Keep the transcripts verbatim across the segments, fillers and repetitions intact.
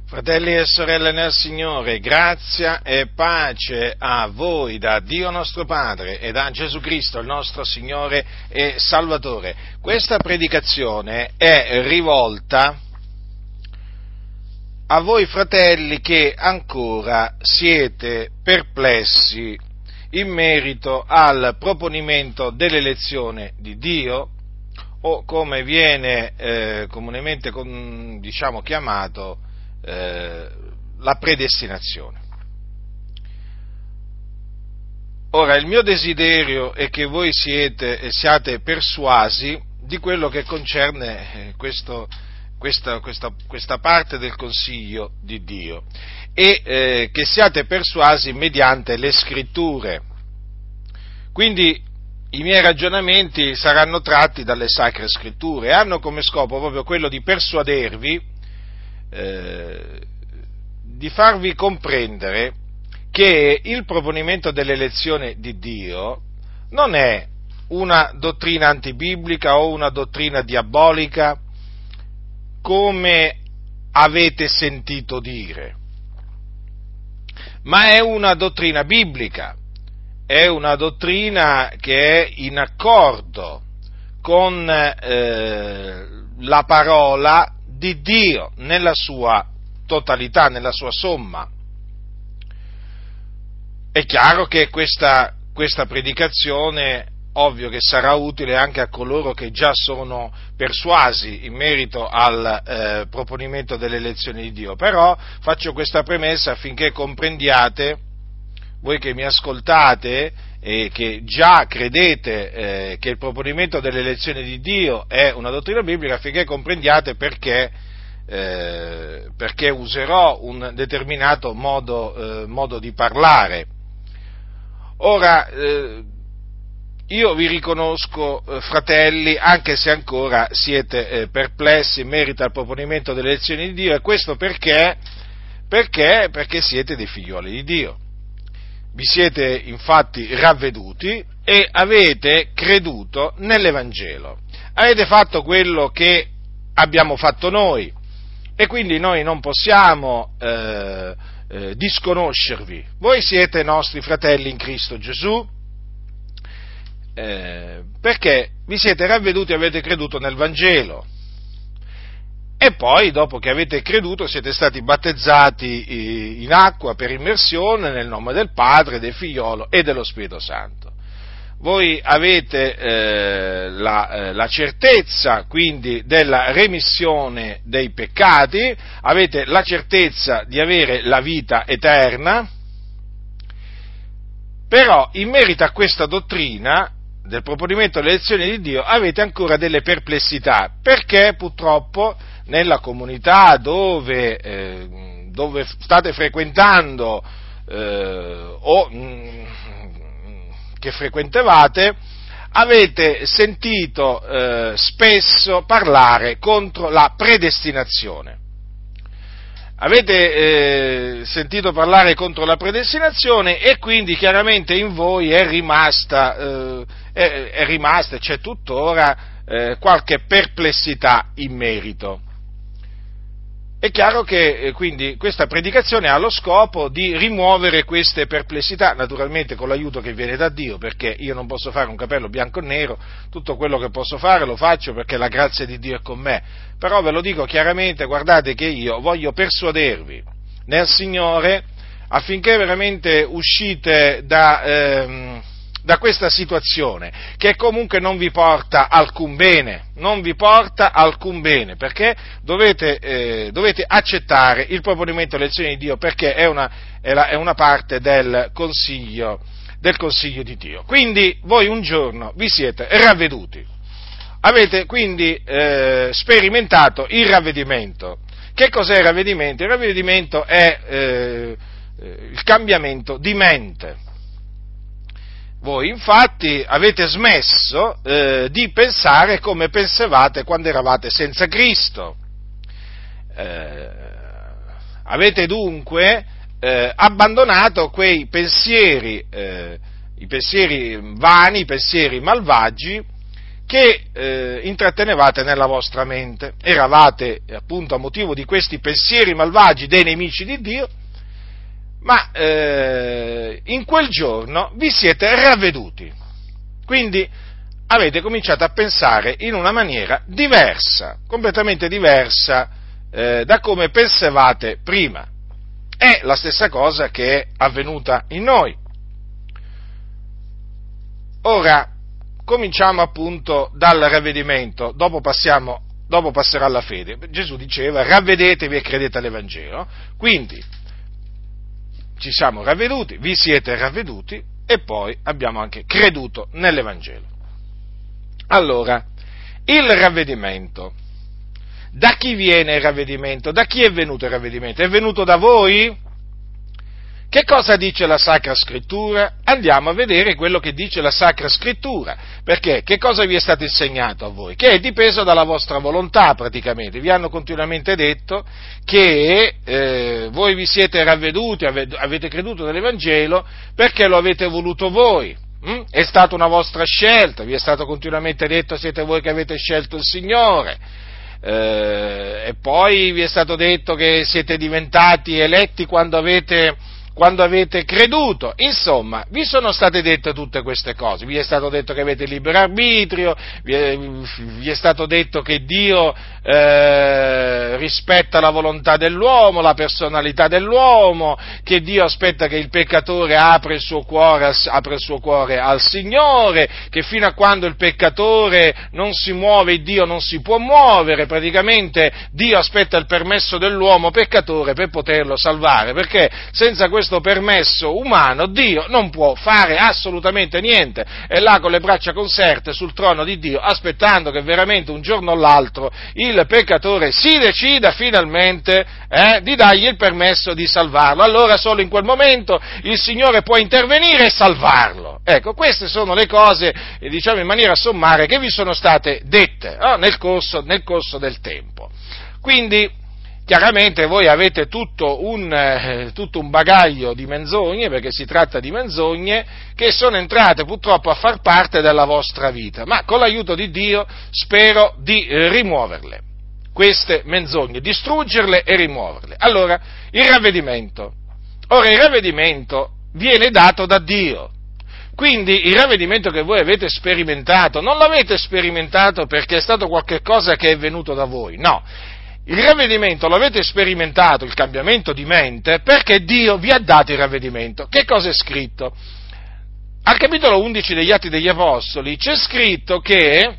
Fratelli e sorelle nel Signore, grazia e pace a voi da Dio nostro Padre e da Gesù Cristo, il nostro Signore e Salvatore. Questa predicazione è rivolta a voi fratelli che ancora siete perplessi in merito al proponimento dell'elezione di Dio, o come viene eh, comunemente con, diciamo, chiamato Eh, la predestinazione. Ora, il mio desiderio è che voi siete, siate persuasi di quello che concerne questo, questa, questa, questa parte del consiglio di Dio e eh, che siate persuasi mediante le scritture. Quindi i miei ragionamenti saranno tratti dalle sacre scritture e hanno come scopo proprio quello di persuadervi Eh, di farvi comprendere che il proponimento dell'elezione di Dio non è una dottrina antibiblica o una dottrina diabolica come avete sentito dire, ma è una dottrina biblica, è una dottrina che è in accordo con eh, la parola di Dio nella sua totalità, nella sua somma. È chiaro che questa, questa predicazione, ovvio che sarà utile anche a coloro che già sono persuasi in merito al eh, proponimento dell'elezione di Dio, però faccio questa premessa affinché comprendiate, voi che mi ascoltate e che già credete eh, che il proponimento dell'elezione di Dio è una dottrina biblica, affinché comprendiate perché, eh, perché userò un determinato modo, eh, modo di parlare. Ora, eh, io vi riconosco, eh, fratelli, anche se ancora siete eh, perplessi in merito al proponimento dell'elezione di Dio, e questo perché? Perché? Perché siete dei figlioli di Dio. Vi siete infatti ravveduti e avete creduto nell'Evangelo. Avete fatto quello che abbiamo fatto noi e quindi noi non possiamo eh, eh, disconoscervi. Voi siete nostri fratelli in Cristo Gesù eh, perché vi siete ravveduti e avete creduto nel Vangelo. E poi, dopo che avete creduto, siete stati battezzati in acqua per immersione nel nome del Padre, del Figliolo e dello Spirito Santo. Voi avete eh, la, eh, la certezza, quindi, della remissione dei peccati, avete la certezza di avere la vita eterna, però in merito a questa dottrina del proponimento dell'elezione di Dio avete ancora delle perplessità, perché purtroppo nella comunità dove, eh, dove state frequentando eh, o mh, che frequentavate, avete sentito eh, spesso parlare contro la predestinazione. Avete eh, sentito parlare contro la predestinazione e quindi chiaramente in voi è rimasta, eh, è, è rimasta e c'è tuttora eh, qualche perplessità in merito. È chiaro che eh, quindi questa predicazione ha lo scopo di rimuovere queste perplessità, naturalmente con l'aiuto che viene da Dio, perché io non posso fare un capello bianco e nero, tutto quello che posso fare lo faccio perché la grazia di Dio è con me, però ve lo dico chiaramente, guardate che io voglio persuadervi nel Signore affinché veramente uscite da... Ehm, da questa situazione, che comunque non vi porta alcun bene, non vi porta alcun bene, perché dovete, eh, dovete accettare il proponimento dell'elezione di Dio, perché è una, è, la, è una parte del consiglio, del consiglio di Dio. Quindi voi un giorno vi siete ravveduti, avete quindi eh, sperimentato il ravvedimento. Che cos'è il ravvedimento? Il ravvedimento è eh, il cambiamento di mente. Voi infatti avete smesso eh, di pensare come pensavate quando eravate senza Cristo. Eh, avete dunque eh, abbandonato quei pensieri, eh, i pensieri vani, i pensieri malvagi, che eh, intrattenevate nella vostra mente. Eravate appunto a motivo di questi pensieri malvagi dei nemici di Dio, ma eh, in quel giorno vi siete ravveduti, quindi avete cominciato a pensare in una maniera diversa, completamente diversa eh, da come pensavate prima. È la stessa cosa che è avvenuta in noi. Ora, cominciamo appunto dal ravvedimento, dopo passiamo, dopo passerà alla fede. Gesù diceva: ravvedetevi e credete all'Evangelo. Quindi ci siamo ravveduti, vi siete ravveduti e poi abbiamo anche creduto nell'Evangelo. Allora, il ravvedimento. Da chi viene il ravvedimento? Da chi è venuto il ravvedimento? È venuto da voi? Che cosa dice la Sacra Scrittura? Andiamo a vedere quello che dice la Sacra Scrittura, perché che cosa vi è stato insegnato a voi? Che è dipeso dalla vostra volontà praticamente, vi hanno continuamente detto che eh, voi vi siete ravveduti, avete creduto nell'Evangelo perché lo avete voluto voi, hm? È stata una vostra scelta, vi è stato continuamente detto siete voi che avete scelto il Signore. Eh, e poi vi è stato detto che siete diventati eletti quando avete quando avete creduto. Insomma, vi sono state dette tutte queste cose, vi è stato detto che avete libero arbitrio, vi è, vi è stato detto che Dio eh, rispetta la volontà dell'uomo, la personalità dell'uomo, che Dio aspetta che il peccatore apra il suo cuore, apra il suo cuore al Signore, che fino a quando il peccatore non si muove, Dio non si può muovere, praticamente Dio aspetta il permesso dell'uomo peccatore per poterlo salvare, perché senza questo questo permesso umano, Dio non può fare assolutamente niente, è là con le braccia conserte sul trono di Dio, aspettando che veramente un giorno o l'altro il peccatore si decida finalmente eh, di dargli il permesso di salvarlo. Allora solo in quel momento il Signore può intervenire e salvarlo. Ecco, queste sono le cose, diciamo in maniera sommaria, che vi sono state dette eh, nel corso, nel corso del tempo. Quindi, chiaramente voi avete tutto un, eh, tutto un bagaglio di menzogne, perché si tratta di menzogne, che sono entrate purtroppo a far parte della vostra vita, ma con l'aiuto di Dio spero di eh, rimuoverle, queste menzogne, distruggerle e rimuoverle. Allora, il ravvedimento. Ora, il ravvedimento viene dato da Dio. Quindi il ravvedimento che voi avete sperimentato, non l'avete sperimentato perché è stato qualche cosa che è venuto da voi, no. Il ravvedimento lo avete sperimentato, il cambiamento di mente, perché Dio vi ha dato il ravvedimento. Che cosa è scritto? Al capitolo undici degli Atti degli Apostoli c'è scritto che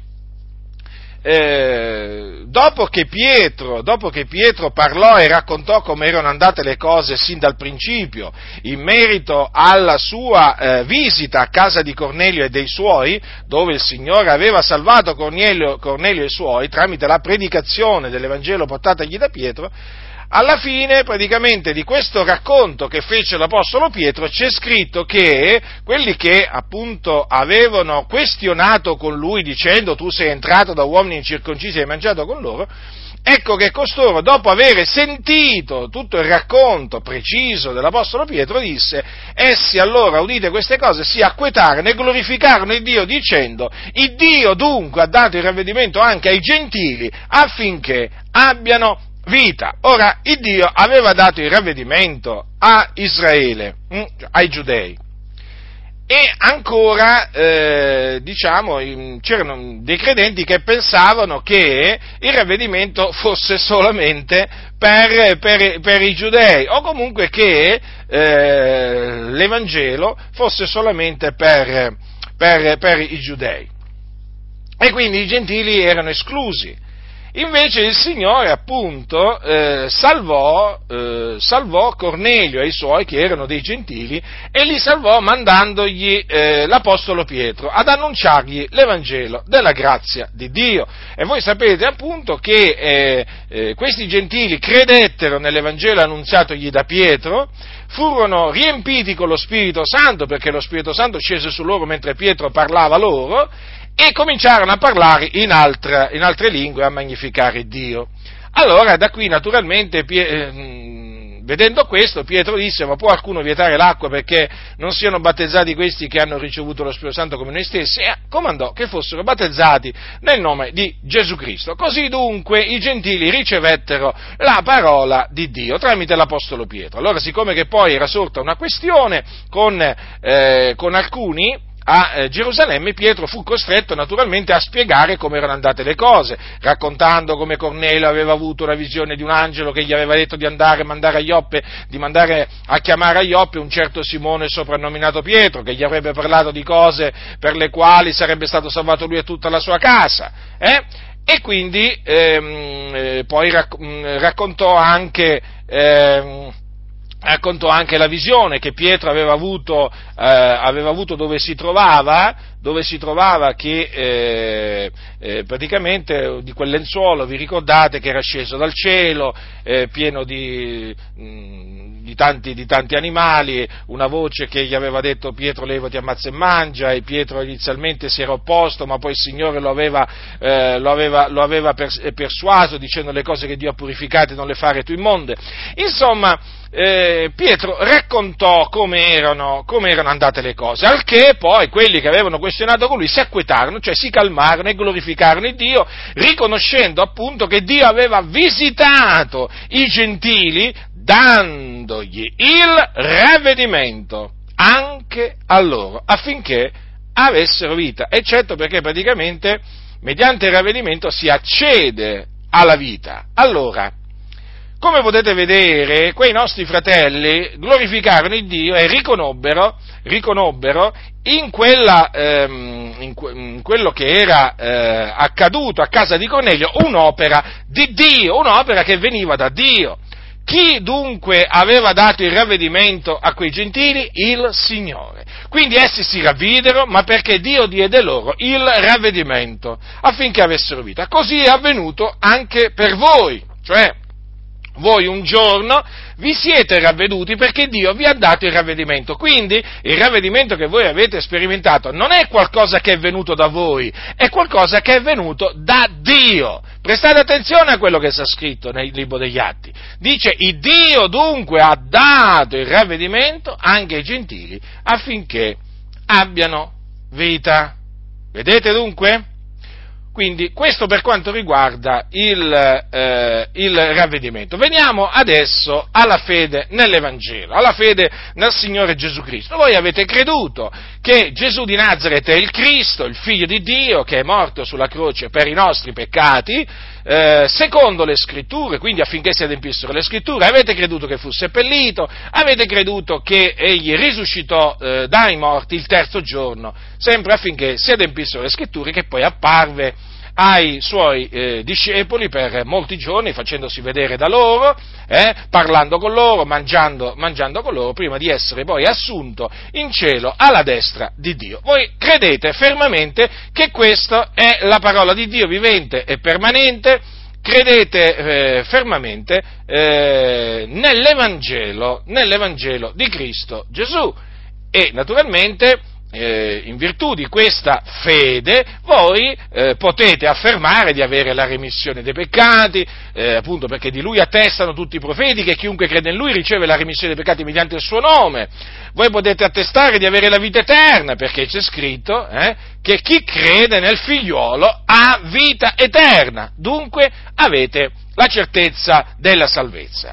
eh, dopo che Pietro, dopo che Pietro parlò e raccontò come erano andate le cose sin dal principio, in merito alla sua eh, visita a casa di Cornelio e dei suoi, dove il Signore aveva salvato Cornelio, Cornelio e i suoi tramite la predicazione dell'Evangelo portatagli da Pietro, alla fine praticamente di questo racconto che fece l'Apostolo Pietro c'è scritto che quelli che appunto avevano questionato con lui dicendo tu sei entrato da uomini incirconcisi e hai mangiato con loro, ecco che costoro dopo aver sentito tutto il racconto preciso dell'Apostolo Pietro disse: essi allora udite queste cose si acquetarono e glorificarono il Dio dicendo: il Dio dunque ha dato il ravvedimento anche ai gentili affinché abbiano vita. Ora, il Dio aveva dato il ravvedimento a Israele, hm, ai giudei, e ancora, eh, diciamo, c'erano dei credenti che pensavano che il ravvedimento fosse solamente per, per, per i giudei, o comunque che eh, l'Evangelo fosse solamente per, per, per i giudei, e quindi i gentili erano esclusi. Invece il Signore appunto eh, salvò, eh, salvò Cornelio e i suoi che erano dei gentili e li salvò mandandogli eh, l'Apostolo Pietro ad annunciargli l'Evangelo della grazia di Dio. E voi sapete appunto che eh, eh, questi gentili credettero nell'Evangelo annunziatogli da Pietro, furono riempiti con lo Spirito Santo perché lo Spirito Santo scese su loro mentre Pietro parlava loro, e cominciarono a parlare in, altra, in altre lingue e a magnificare Dio. Allora da qui naturalmente vedendo questo, Pietro disse: ma può qualcuno vietare l'acqua perché non siano battezzati questi che hanno ricevuto lo Spirito Santo come noi stessi? E comandò che fossero battezzati nel nome di Gesù Cristo. Così dunque i gentili ricevettero la parola di Dio tramite l'Apostolo Pietro. Allora, siccome che poi era sorta una questione con, eh, con alcuni a eh, Gerusalemme, Pietro fu costretto naturalmente a spiegare come erano andate le cose, raccontando come Cornelio aveva avuto una visione di un angelo che gli aveva detto di andare, mandare a Ioppe, di mandare a chiamare a Ioppe un certo Simone soprannominato Pietro, che gli avrebbe parlato di cose per le quali sarebbe stato salvato lui e tutta la sua casa, eh? E quindi ehm, eh, poi rac- raccontò anche ehm, raccontò anche la visione che Pietro aveva avuto, eh, aveva avuto dove si trovava, dove si trovava che eh, eh, praticamente di quel lenzuolo, vi ricordate, che era sceso dal cielo, eh, pieno di, mh, di, tanti, di tanti animali, una voce che gli aveva detto: Pietro, levati, ammazza e mangia, e Pietro inizialmente si era opposto, ma poi il Signore lo aveva, eh, lo aveva, lo aveva pers- persuaso, dicendo: le cose che Dio ha purificate non le fare tu immonde. Insomma, Eh, Pietro raccontò come erano, come erano andate le cose, al che poi quelli che avevano questionato con lui si acquetarono, cioè si calmarono e glorificarono il Dio, riconoscendo appunto che Dio aveva visitato i gentili dandogli il ravvedimento anche a loro, affinché avessero vita, eccetto perché praticamente mediante il ravvedimento si accede alla vita. Allora, come potete vedere, quei nostri fratelli glorificarono il Dio e riconobbero, riconobbero in, quella, ehm, in, que, in quello che era eh, accaduto a casa di Cornelio un'opera di Dio, un'opera che veniva da Dio. Chi dunque aveva dato il ravvedimento a quei gentili? Il Signore. Quindi essi si ravvidero, ma perché Dio diede loro il ravvedimento, affinché avessero vita. Così è avvenuto anche per voi, cioè voi un giorno vi siete ravveduti perché Dio vi ha dato il ravvedimento. Quindi il ravvedimento che voi avete sperimentato non è qualcosa che è venuto da voi, è qualcosa che è venuto da Dio. Prestate attenzione a quello che sta scritto nel libro degli Atti. Dice: il Dio dunque ha dato il ravvedimento anche ai gentili affinché abbiano vita. Vedete dunque? Quindi questo per quanto riguarda il, eh, il ravvedimento. Veniamo adesso alla fede nell'Evangelo, alla fede nel Signore Gesù Cristo. Voi avete creduto che Gesù di Nazaret è il Cristo, il Figlio di Dio, che è morto sulla croce per i nostri peccati, eh, secondo le Scritture, quindi affinché si adempissero le Scritture. Avete creduto che fu seppellito, avete creduto che egli risuscitò eh, dai morti il terzo giorno, sempre affinché si adempissero le Scritture, che poi apparve ai suoi eh, discepoli per molti giorni, facendosi vedere da loro, eh, parlando con loro, mangiando, mangiando con loro, prima di essere poi assunto in cielo alla destra di Dio. Voi credete fermamente che questa è la parola di Dio vivente e permanente, credete eh, fermamente eh, nell'Evangelo, nell'Evangelo di Cristo Gesù, e naturalmente Eh, in virtù di questa fede voi eh, potete affermare di avere la remissione dei peccati, eh, appunto perché di Lui attestano tutti i profeti che chiunque crede in Lui riceve la remissione dei peccati mediante il suo nome. Voi potete attestare di avere la vita eterna, perché c'è scritto eh, che chi crede nel figliuolo ha vita eterna. Dunque avete la certezza della salvezza.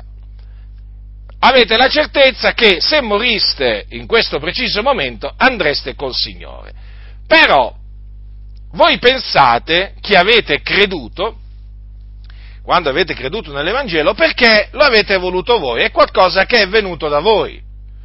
Avete la certezza che se moriste in questo preciso momento andreste col Signore. Però voi pensate che avete creduto, quando avete creduto nell'Evangelo, perché lo avete voluto voi, è qualcosa che è venuto da voi.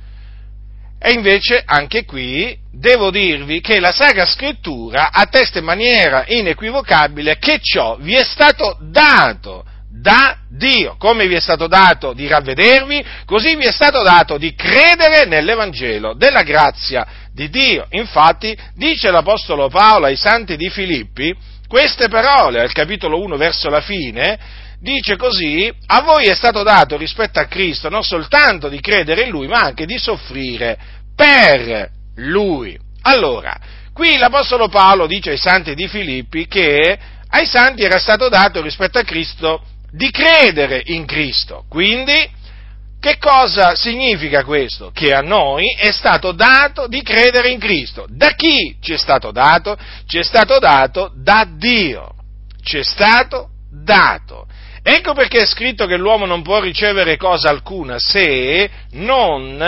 E invece anche qui devo dirvi che la Sacra Scrittura attesta in maniera inequivocabile che ciò vi è stato dato da Dio. Come vi è stato dato di ravvedervi, così vi è stato dato di credere nell'Evangelo della grazia di Dio. Infatti dice l'Apostolo Paolo ai santi di Filippi queste parole, al capitolo uno verso la fine, dice così: a voi è stato dato rispetto a Cristo non soltanto di credere in Lui, ma anche di soffrire per Lui. Allora, qui l'Apostolo Paolo dice ai santi di Filippi che ai santi era stato dato rispetto a Cristo di credere in Cristo, quindi Che cosa significa questo? Che a noi è stato dato di credere in Cristo. Da chi ci è stato dato? Ci è stato dato da Dio. Ci è stato dato. Ecco perché è scritto che l'uomo non può ricevere cosa alcuna se non,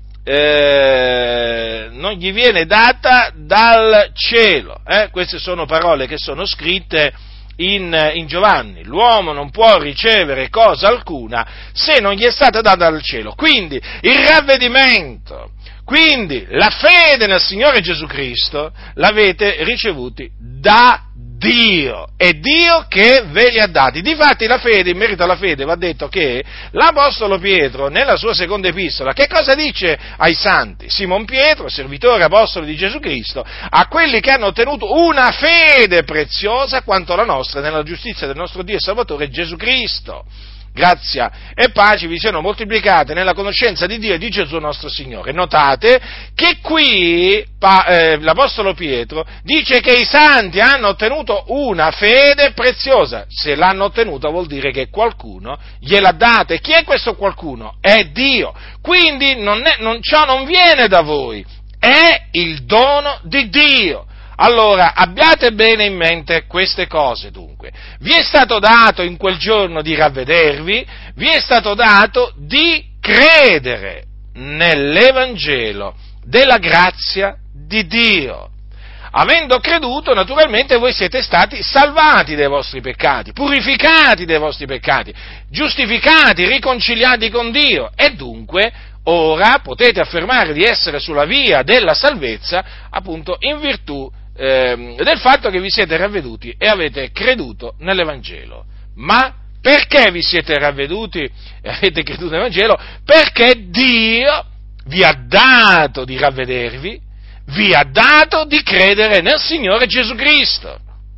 eh, non gli viene data dal cielo. Eh? Queste sono parole che sono scritte In, in Giovanni. L'uomo non può ricevere cosa alcuna se non gli è stata data dal cielo. Quindi il ravvedimento, quindi la fede nel Signore Gesù Cristo l'avete ricevuti da Dio, è Dio che ve li ha dati. Difatti la fede, in merito alla fede, va detto che l'Apostolo Pietro, nella sua seconda epistola, che cosa dice ai santi? Simon Pietro, servitore apostolo di Gesù Cristo, a quelli che hanno ottenuto una fede preziosa quanto la nostra, nella giustizia del nostro Dio e Salvatore Gesù Cristo. Grazia e pace vi siano moltiplicate nella conoscenza di Dio e di Gesù nostro Signore. Notate che qui pa, eh, l'Apostolo Pietro dice che i santi hanno ottenuto una fede preziosa. Se l'hanno ottenuta vuol dire che qualcuno gliel'ha data. E chi è questo qualcuno? È Dio. Quindi non è, non, ciò non viene da voi, è il dono di Dio. Allora, abbiate bene in mente queste cose, dunque. Vi è stato dato in quel giorno di ravvedervi, vi è stato dato di credere nell'Evangelo della grazia di Dio. Avendo creduto, naturalmente, voi siete stati salvati dai vostri peccati, purificati dai vostri peccati, giustificati, riconciliati con Dio, e dunque ora potete affermare di essere sulla via della salvezza, appunto, in virtù eh, del fatto che vi siete ravveduti e avete creduto nell'Evangelo. Ma perché vi siete ravveduti e avete creduto nell'Evangelo? Perché Dio vi ha dato di ravvedervi, vi ha dato di credere nel Signore Gesù Cristo.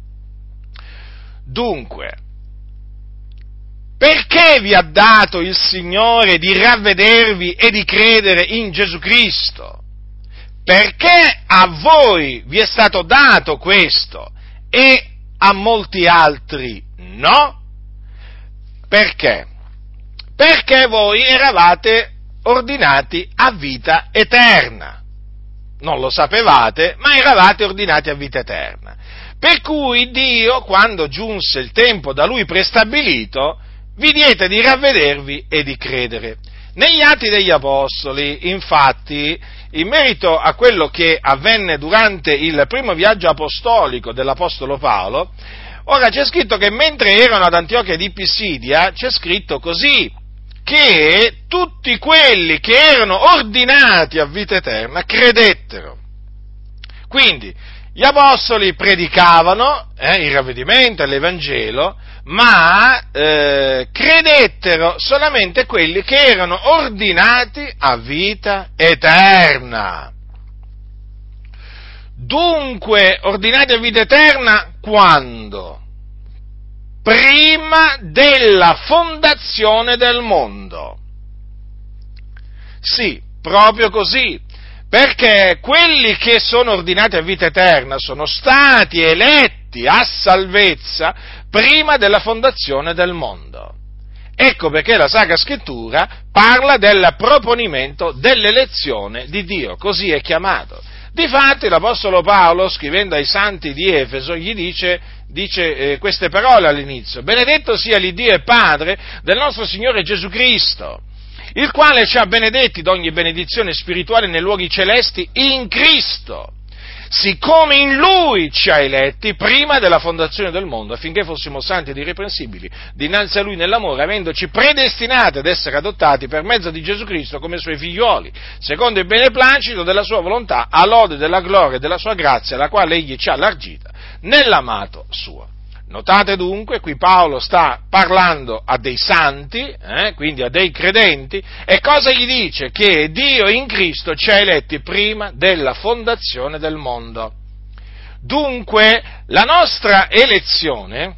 Dunque, perché vi ha dato il Signore di ravvedervi e di credere in Gesù Cristo? Perché a voi vi è stato dato questo e a molti altri no? Perché? Perché voi eravate ordinati a vita eterna. Non lo sapevate, ma eravate ordinati a vita eterna. Per cui Dio, quando giunse il tempo da Lui prestabilito, vi diede di ravvedervi e di credere. Negli Atti degli Apostoli, infatti, in merito a quello che avvenne durante il primo viaggio apostolico dell'Apostolo Paolo, ora c'è scritto che mentre erano ad Antiochia di Pisidia, c'è scritto così, che tutti quelli che erano ordinati a vita eterna credettero. Quindi, gli apostoli predicavano eh, il ravvedimento e l'Evangelo, ma eh, credettero solamente quelli che erano ordinati a vita eterna. Dunque, ordinati a vita eterna quando? Prima della fondazione del mondo. Sì, proprio così. Perché quelli che sono ordinati a vita eterna sono stati eletti a salvezza prima della fondazione del mondo. Ecco perché la Sacra Scrittura parla del proponimento dell'elezione di Dio, così è chiamato. Difatti l'Apostolo Paolo, scrivendo ai santi di Efeso, gli dice, dice eh, queste parole all'inizio: benedetto sia l'Iddio e Padre del nostro Signore Gesù Cristo, il quale ci ha benedetti d'ogni benedizione spirituale nei luoghi celesti in Cristo, siccome in Lui ci ha eletti prima della fondazione del mondo, affinché fossimo santi ed irreprensibili dinanzi a Lui nell'amore, avendoci predestinati ad essere adottati per mezzo di Gesù Cristo come Suoi figlioli, secondo il beneplacito della Sua volontà, a lode della gloria e della Sua grazia, la quale Egli ci ha allargita nell'amato Suo. Notate dunque, qui Paolo sta parlando a dei santi, eh, quindi a dei credenti, e cosa gli dice? Che Dio in Cristo ci ha eletti prima della fondazione del mondo. Dunque, la nostra elezione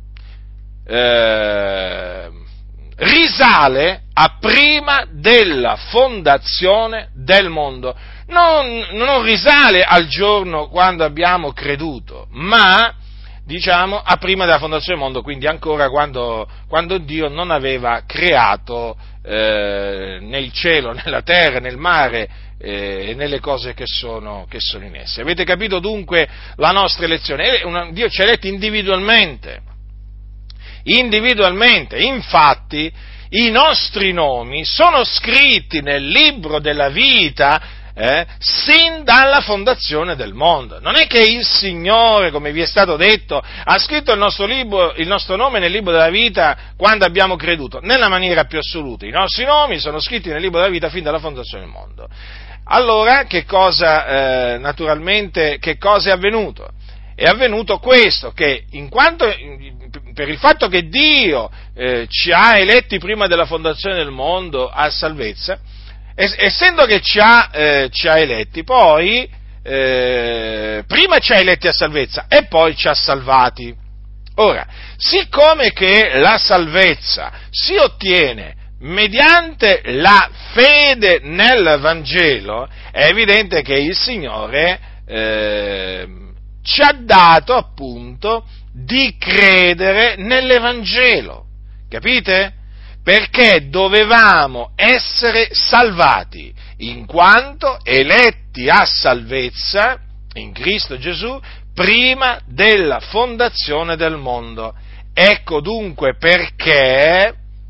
eh, risale a prima della fondazione del mondo. Non, non risale al giorno quando abbiamo creduto, ma diciamo, a prima della fondazione del mondo, quindi ancora quando, quando Dio non aveva creato eh, nel cielo, nella terra, nel mare eh, e nelle cose che sono, che sono in esse. Avete capito dunque la nostra elezione? Una, Dio ci ha eletti individualmente, individualmente, infatti i nostri nomi sono scritti nel libro della vita Eh, sin dalla fondazione del mondo. Non è che il Signore, come vi è stato detto, ha scritto il nostro, libro, il nostro nome nel libro della vita quando abbiamo creduto, nella maniera più assoluta. I nostri nomi sono scritti nel libro della vita fin dalla fondazione del mondo. Allora, che cosa, eh, naturalmente, che cosa è avvenuto? È avvenuto questo, che in quanto, per il fatto che Dio eh, ci ha eletti prima della fondazione del mondo a salvezza, essendo che ci ha, eh, ci ha eletti, poi eh, prima ci ha eletti a salvezza e poi ci ha salvati. Ora, siccome che la salvezza si ottiene mediante la fede nel Vangelo, è evidente che il Signore eh, ci ha dato appunto di credere nell'Evangelo, capite? Perché dovevamo essere salvati, in quanto eletti a salvezza in Cristo Gesù prima della fondazione del mondo. Ecco dunque perché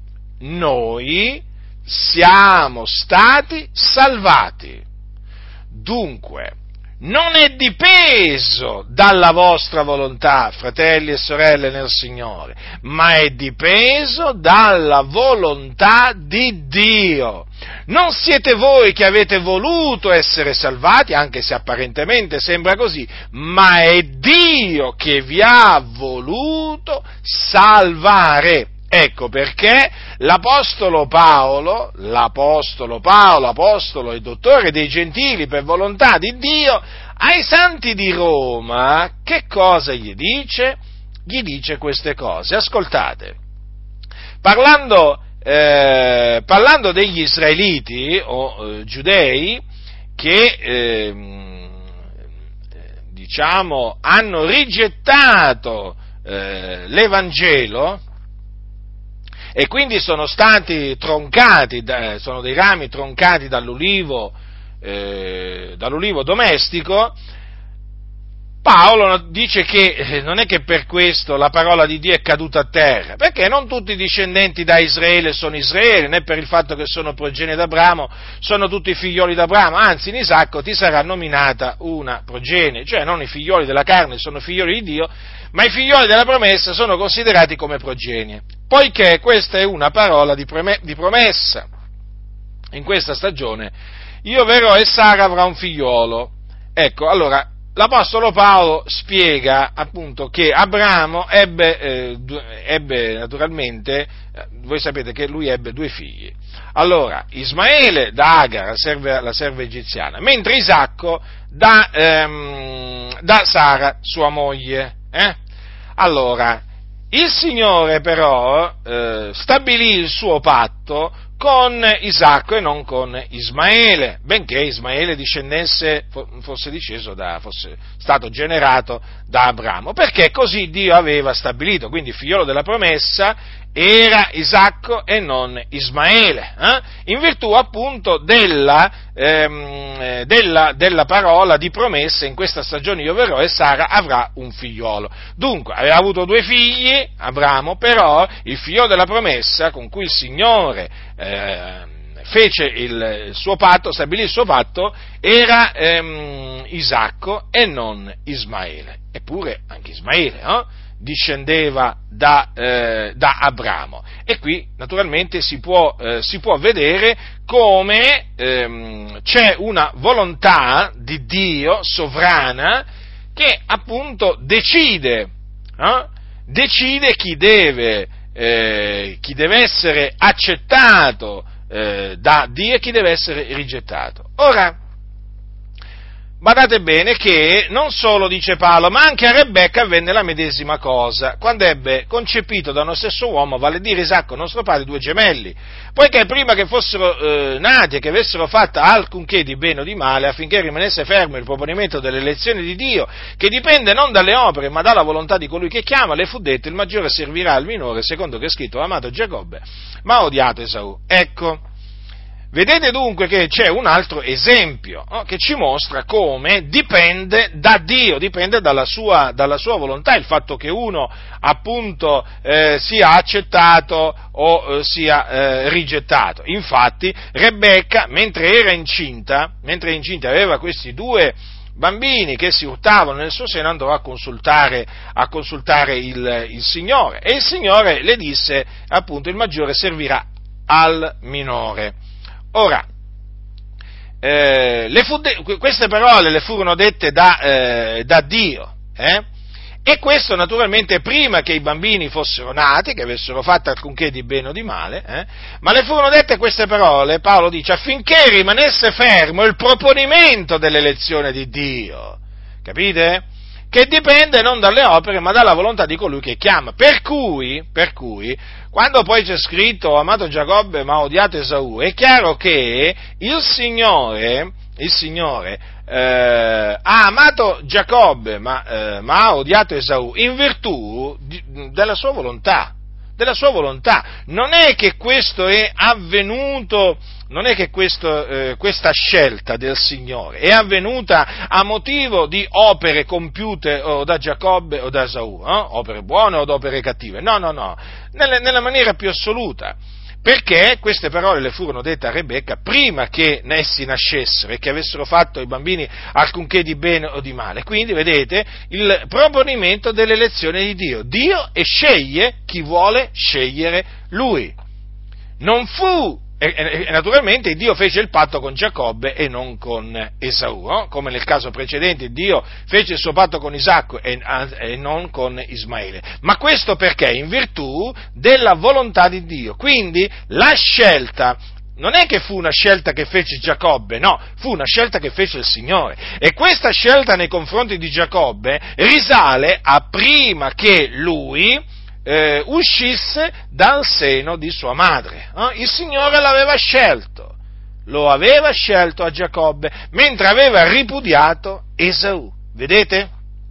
noi siamo stati salvati. Dunque, non è dipeso dalla vostra volontà, fratelli e sorelle nel Signore, ma è dipeso dalla volontà di Dio. Non siete voi che avete voluto essere salvati, anche se apparentemente sembra così, ma è Dio che vi ha voluto salvare. Ecco perché l'Apostolo Paolo, l'Apostolo Paolo, apostolo e dottore dei gentili per volontà di Dio, ai santi di Roma, che cosa gli dice? Gli dice queste cose, ascoltate. Parlando, eh, parlando degli israeliti o eh, giudei che, eh, diciamo, hanno rigettato eh, l'Evangelo, e quindi sono stati troncati, sono dei rami troncati dall'ulivo, eh, dall'ulivo domestico. Paolo dice che non è che per questo la parola di Dio è caduta a terra, perché non tutti i discendenti da Israele sono Israele, né per il fatto che sono progenie d'Abramo sono tutti figlioli d'Abramo, anzi in Isacco ti sarà nominata una progenie, cioè non i figlioli della carne sono figlioli di Dio, ma i figlioli della promessa sono considerati come progenie, poiché questa è una parola di, preme- di promessa. In questa stagione io verrò e Sara avrà un figliolo. Ecco, allora, l'Apostolo Paolo spiega appunto che Abramo ebbe, eh, ebbe naturalmente, eh, voi sapete che lui ebbe due figli. Allora, Ismaele da Agar, la serva, la serva egiziana, mentre Isacco da, ehm, da Sara, sua moglie. Eh? Allora, il Signore però eh, stabilì il suo patto con Isacco e non con Ismaele, benché Ismaele discendesse, fosse disceso da, fosse stato generato da Abramo, perché così Dio aveva stabilito, quindi il figliolo della promessa era Isacco e non Ismaele, eh? in virtù appunto della, ehm, della, della parola di promessa, in questa stagione io verrò e Sara avrà un figliolo. Dunque, aveva avuto due figli, Abramo, però il figliolo della promessa con cui il Signore eh, fece il, il suo patto, stabilì il suo patto, era ehm, Isacco e non Ismaele. Eppure anche Ismaele, no? discendeva da, eh, da Abramo, e qui naturalmente si può, eh, si può vedere come ehm, c'è una volontà di Dio sovrana che appunto decide, no? decide chi deve, eh, chi deve essere accettato eh, da Dio e chi deve essere rigettato. Ora, badate bene che non solo, dice Paolo, ma anche a Rebecca avvenne la medesima cosa, quando ebbe concepito da uno stesso uomo, vale a dire Isacco, nostro padre, due gemelli, poiché prima che fossero eh, nati e che avessero fatto alcunché di bene o di male, affinché rimanesse fermo il proponimento dell'elezione di Dio, che dipende non dalle opere, ma dalla volontà di colui che chiama, le fu detto: il maggiore servirà al minore, secondo che è scritto: amato Giacobbe, ma ha odiato Esaù. Ecco. Vedete dunque che c'è un altro esempio, no, che ci mostra come dipende da Dio, dipende dalla sua, dalla sua volontà il fatto che uno appunto eh, sia accettato o eh, sia eh, rigettato. Infatti Rebecca, mentre era incinta, mentre era incinta aveva questi due bambini che si urtavano nel suo seno, andò a consultare, a consultare il, il Signore, e il Signore le disse appunto: il maggiore servirà al minore. Ora, eh, le fu de- queste parole le furono dette da, eh, da Dio, eh? E questo naturalmente prima che i bambini fossero nati, che avessero fatto alcunché di bene o di male, eh? Ma le furono dette queste parole, Paolo dice, affinché rimanesse fermo il proponimento dell'elezione di Dio, capite? Che dipende non dalle opere, ma dalla volontà di colui che chiama. Per cui, per cui, quando poi c'è scritto: amato Giacobbe, ma ha odiato Esaù, è chiaro che il Signore, il Signore eh, ha amato Giacobbe, ma, eh, ma ha odiato Esaù in virtù di, della sua volontà. Della sua volontà. Non è che questo è avvenuto, non è che questo, eh, questa scelta del Signore è avvenuta a motivo di opere compiute o da Giacobbe o da Esaù, eh? Opere buone o opere cattive. No, no, no, nella, nella maniera più assoluta. Perché queste parole le furono dette a Rebecca prima che essi nascessero e che avessero fatto i bambini alcunché di bene o di male. Quindi, vedete, il proponimento dell'elezione di Dio. Dio e sceglie chi vuole scegliere Lui. Non fu, e, e, e naturalmente Dio fece il patto con Giacobbe e non con Esaù, no? Come nel caso precedente Dio fece il suo patto con Isacco e, e non con Ismaele. Ma questo perché? In virtù della volontà di Dio. Quindi la scelta non è che fu una scelta che fece Giacobbe, no, fu una scelta che fece il Signore. E questa scelta nei confronti di Giacobbe risale a prima che lui Eh, uscisse dal seno di sua madre. Eh? Il Signore l'aveva scelto, lo aveva scelto a Giacobbe, mentre aveva ripudiato Esaù. Vedete?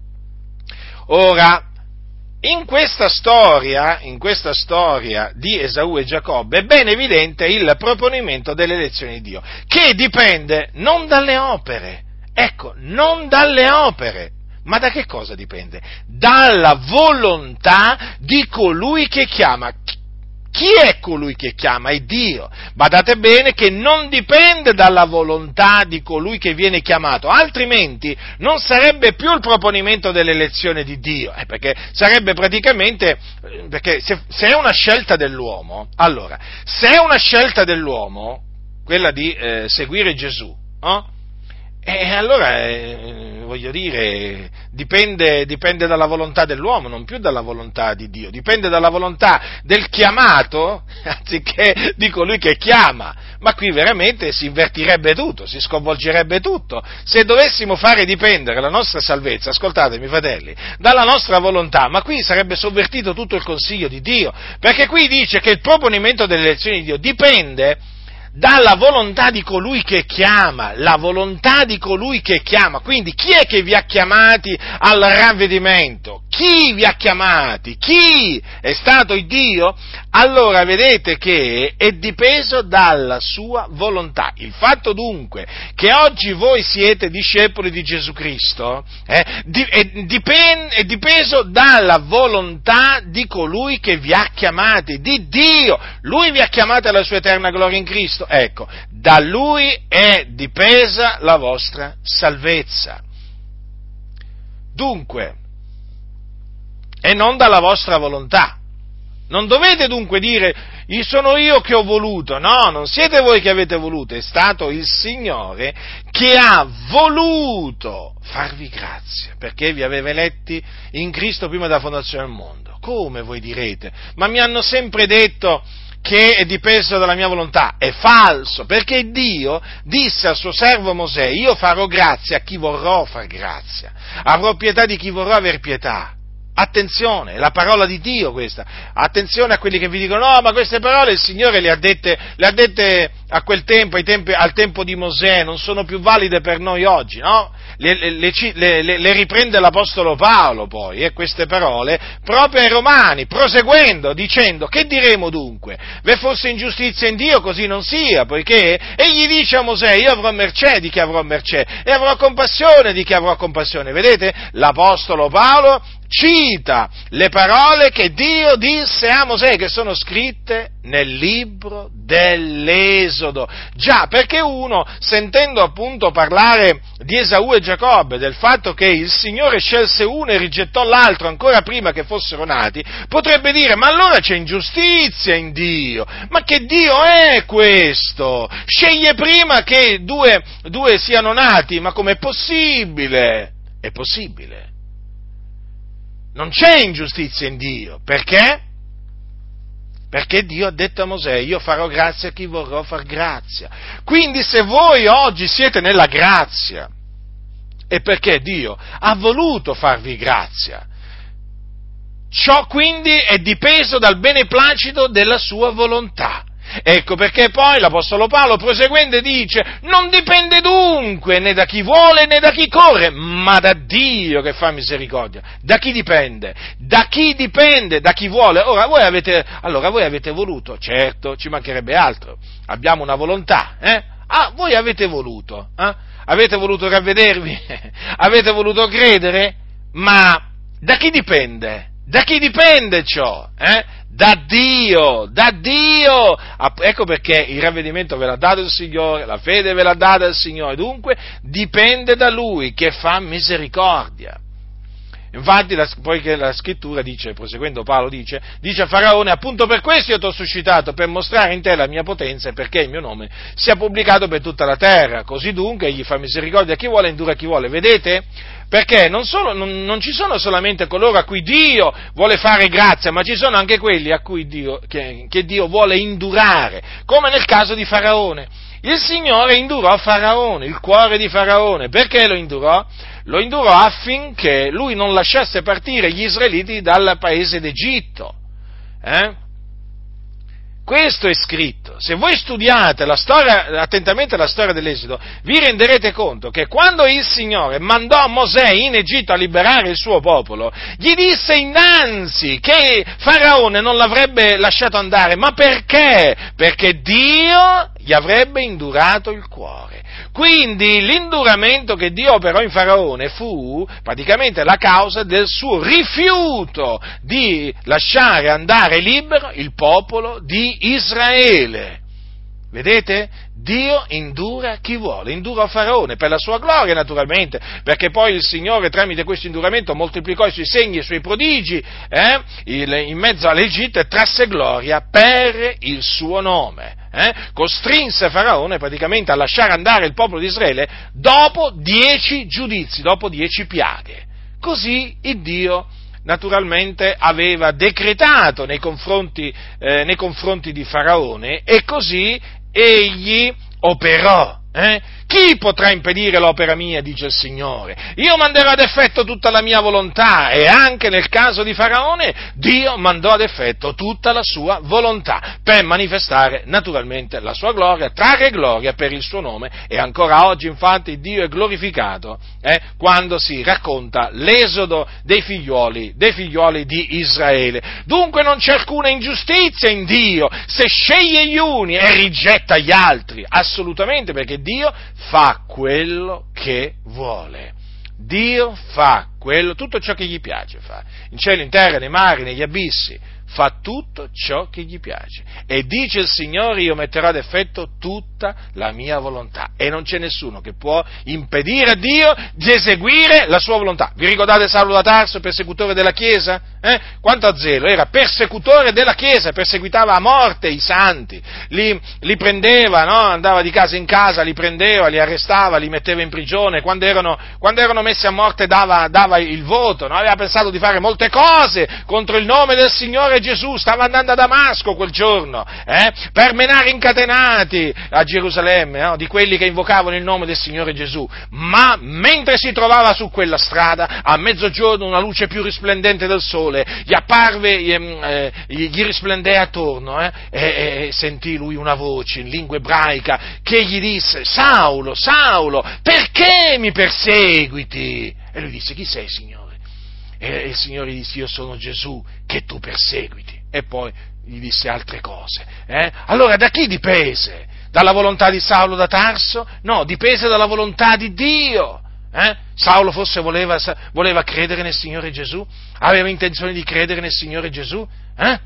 Ora, in questa storia, in questa storia di Esaù e Giacobbe, è ben evidente il proponimento dell'elezione di Dio, che dipende non dalle opere, ecco, non dalle opere. Ma da che cosa dipende? Dalla volontà di colui che chiama. Chi è colui che chiama? È Dio. Badate bene che non dipende dalla volontà di colui che viene chiamato, altrimenti non sarebbe più il proponimento dell'elezione di Dio, eh, perché sarebbe praticamente, perché se, se è una scelta dell'uomo, allora, se è una scelta dell'uomo, quella di eh, seguire Gesù, no? E allora, eh, voglio dire, dipende, dipende dalla volontà dell'uomo, non più dalla volontà di Dio, dipende dalla volontà del chiamato, anziché di colui che chiama. Ma qui veramente si invertirebbe tutto, si sconvolgerebbe tutto. Se dovessimo fare dipendere la nostra salvezza, ascoltatemi fratelli, dalla nostra volontà, ma qui sarebbe sovvertito tutto il consiglio di Dio, perché qui dice che il proponimento delle elezioni di Dio dipende dalla volontà di colui che chiama, la volontà di colui che chiama. Quindi chi è che vi ha chiamati al ravvedimento? Chi vi ha chiamati? Chi? È stato il Dio? Allora vedete che è dipeso dalla sua volontà. Il fatto dunque che oggi voi siete discepoli di Gesù Cristo eh, è, dipen- è dipeso dalla volontà di colui che vi ha chiamati, di Dio. Lui vi ha chiamati alla sua eterna gloria in Cristo. Ecco, da Lui è dipesa la vostra salvezza. Dunque, e non dalla vostra volontà. Non dovete dunque dire, sono io che ho voluto, no, non siete voi che avete voluto, è stato il Signore che ha voluto farvi grazia, perché vi aveva eletti in Cristo prima della fondazione del mondo. Come voi direte? Ma mi hanno sempre detto che è dipeso dalla mia volontà. È falso, perché Dio disse al suo servo Mosè: io farò grazia a chi vorrò far grazia, avrò pietà di chi vorrò aver pietà. Attenzione, è la parola di Dio questa. Attenzione a quelli che vi dicono: no, ma queste parole il Signore le ha dette, le ha dette a quel tempo, ai tempi, al tempo di Mosè, non sono più valide per noi oggi, no? Le, le, le, le, le riprende l'Apostolo Paolo poi, eh, queste parole, proprio ai Romani, proseguendo, dicendo: che diremo dunque? V'è forse ingiustizia in Dio? Così non sia, poiché egli dice a Mosè: io avrò mercé di chi avrò mercé, e avrò compassione di chi avrò compassione. Vedete? L'Apostolo Paolo cita le parole che Dio disse a Mosè, che sono scritte nel libro dell'Esodo. Già, perché uno, sentendo appunto parlare di Esaù e Giacobbe, del fatto che il Signore scelse uno e rigettò l'altro ancora prima che fossero nati, potrebbe dire: ma allora c'è ingiustizia in Dio, ma che Dio è questo? Sceglie prima che due, due siano nati, ma com'è possibile? È possibile. Non c'è ingiustizia in Dio, perché? Perché Dio ha detto a Mosè: io farò grazia a chi vorrò far grazia. Quindi se voi oggi siete nella grazia, è perché Dio ha voluto farvi grazia. Ciò quindi è dipeso dal beneplacito della sua volontà. Ecco perché poi l'Apostolo Paolo, proseguendo, dice: non dipende dunque né da chi vuole né da chi corre, ma da Dio che fa misericordia. Da chi dipende? Da chi dipende? Da chi vuole? Ora voi avete, allora voi avete voluto, certo, ci mancherebbe altro, abbiamo una volontà, eh? Ah, voi avete voluto, eh? Avete voluto ravvedervi? Avete voluto credere? Ma da chi dipende? Da chi dipende ciò? Eh? Da Dio, da Dio! Ecco perché il ravvedimento ve l'ha dato il Signore, la fede ve l'ha data il Signore, dunque dipende da Lui che fa misericordia. Infatti, la, poiché la scrittura dice, proseguendo Paolo dice, dice a Faraone: appunto per questo io ti ho suscitato, per mostrare in te la mia potenza e perché il mio nome sia pubblicato per tutta la terra. Così dunque egli fa misericordia a chi vuole e indura a chi vuole. Vedete? Perché non, solo, non, non ci sono solamente coloro a cui Dio vuole fare grazia, ma ci sono anche quelli a cui Dio, che, che Dio vuole indurare, come nel caso di Faraone. Il Signore indurò Faraone, il cuore di Faraone. Perché lo indurò? Lo indurò affinché lui non lasciasse partire gli israeliti dal paese d'Egitto. Eh? Questo è scritto. Se voi studiate la storia, attentamente la storia dell'Esodo, vi renderete conto che quando il Signore mandò Mosè in Egitto a liberare il suo popolo, gli disse innanzi che Faraone non l'avrebbe lasciato andare. Ma perché? Perché Dio gli avrebbe indurato il cuore. Quindi l'induramento che Dio operò in Faraone fu praticamente la causa del suo rifiuto di lasciare andare libero il popolo di Israele. Vedete? Dio indura chi vuole, indura Faraone per la sua gloria naturalmente, perché poi il Signore tramite questo induramento moltiplicò i suoi segni e i suoi prodigi eh, in mezzo all'Egitto e trasse gloria per il suo nome. Eh, costrinse Faraone praticamente a lasciare andare il popolo di Israele dopo dieci giudizi, dopo dieci piaghe. Così il Dio naturalmente aveva decretato nei confronti, eh, nei confronti di Faraone, e così egli operò. Eh? Chi potrà impedire l'opera mia, dice il Signore? Io manderò ad effetto tutta la mia volontà, e anche nel caso di Faraone Dio mandò ad effetto tutta la sua volontà per manifestare naturalmente la sua gloria, trarre gloria per il suo nome, e ancora oggi infatti Dio è glorificato eh, quando si racconta l'esodo dei figlioli, dei figlioli di Israele. Dunque non c'è alcuna ingiustizia in Dio se sceglie gli uni e rigetta gli altri, assolutamente, perché Dio fa quello che vuole. Dio fa quello, tutto ciò che gli piace fa, in cielo, in terra, nei mari, negli abissi, fa tutto ciò che gli piace. E dice il Signore: io metterò ad effetto tutta la mia volontà, e non c'è nessuno che può impedire a Dio di eseguire la sua volontà. Vi ricordate Saulo da Tarso, persecutore della Chiesa? Eh? Quanto a zelo, era persecutore della Chiesa, perseguitava a morte i santi, li, li prendeva, no? Andava di casa in casa, li prendeva, li arrestava, li metteva in prigione, quando erano, quando erano messi a morte dava, dava il voto, no? Aveva pensato di fare molte cose contro il nome del Signore Signore Gesù stava andando a Damasco quel giorno, eh, per menare incatenati a Gerusalemme, no? Di quelli che invocavano il nome del Signore Gesù, ma mentre si trovava su quella strada, a mezzogiorno una luce più risplendente del sole gli apparve, eh, gli risplendea attorno, eh, e, e sentì lui una voce in lingua ebraica che gli disse: Saulo, Saulo, perché mi perseguiti? E lui disse: chi sei, Signore? E il Signore gli disse: io sono Gesù che tu perseguiti. E poi gli disse altre cose. Eh? Allora da chi dipese? Dalla volontà di Saulo da Tarso? No, dipese dalla volontà di Dio. Eh? Saulo forse voleva, voleva credere nel Signore Gesù? Aveva intenzione di credere nel Signore Gesù? Eh?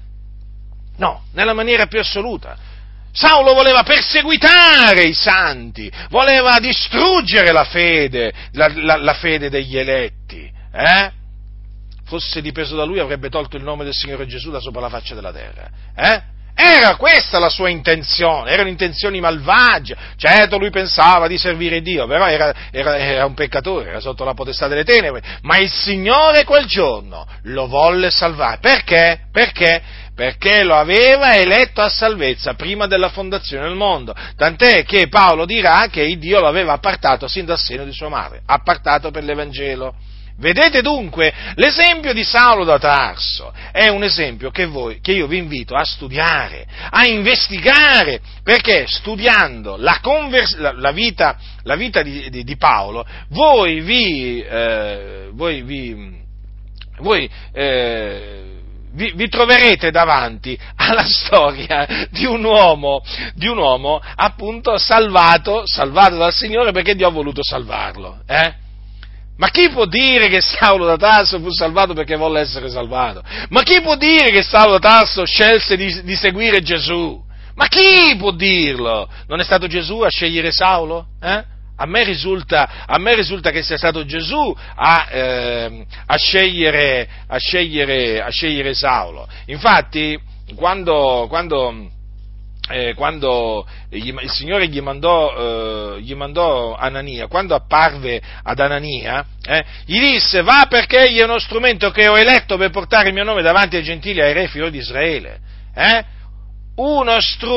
No, nella maniera più assoluta. Saulo voleva perseguitare i santi, voleva distruggere la fede, la, la, la fede degli eletti. Eh? Fosse dipeso da lui avrebbe tolto il nome del Signore Gesù da sopra la faccia della terra. Eh? Era questa la sua intenzione, erano intenzioni malvagie. Certo, lui pensava di servire Dio, però era, era, era un peccatore, era sotto la potestà delle tenebre, ma il Signore quel giorno lo volle salvare. Perché? Perché? Perché lo aveva eletto a salvezza prima della fondazione del mondo. Tant'è che Paolo dirà che Dio lo aveva appartato sin dal seno di sua madre, appartato per l'Evangelo. Vedete dunque, l'esempio di Saulo da Tarso è un esempio che, voi, che io vi invito a studiare, a investigare, perché studiando la, convers- la, la vita, la vita di, di, di Paolo, voi vi, eh, voi vi, voi, eh, vi, vi troverete davanti alla storia di un uomo, di un uomo appunto salvato, salvato dal Signore perché Dio ha voluto salvarlo, eh? Ma chi può dire che Saulo da Tarso fu salvato perché volle essere salvato? Ma chi può dire che Saulo da Tarso scelse di, di seguire Gesù? Ma chi può dirlo? Non è stato Gesù a scegliere Saulo? Eh? A me risulta, a me risulta che sia stato Gesù a, eh, a, scegliere, a, scegliere, a scegliere Saulo. Infatti, quando... quando Eh, quando gli, il Signore gli mandò, eh, gli mandò Anania, quando apparve ad Anania, eh, gli disse: va, perché egli è uno strumento che ho eletto per portare il mio nome davanti ai gentili e ai re figli di Israele. Eh? Uno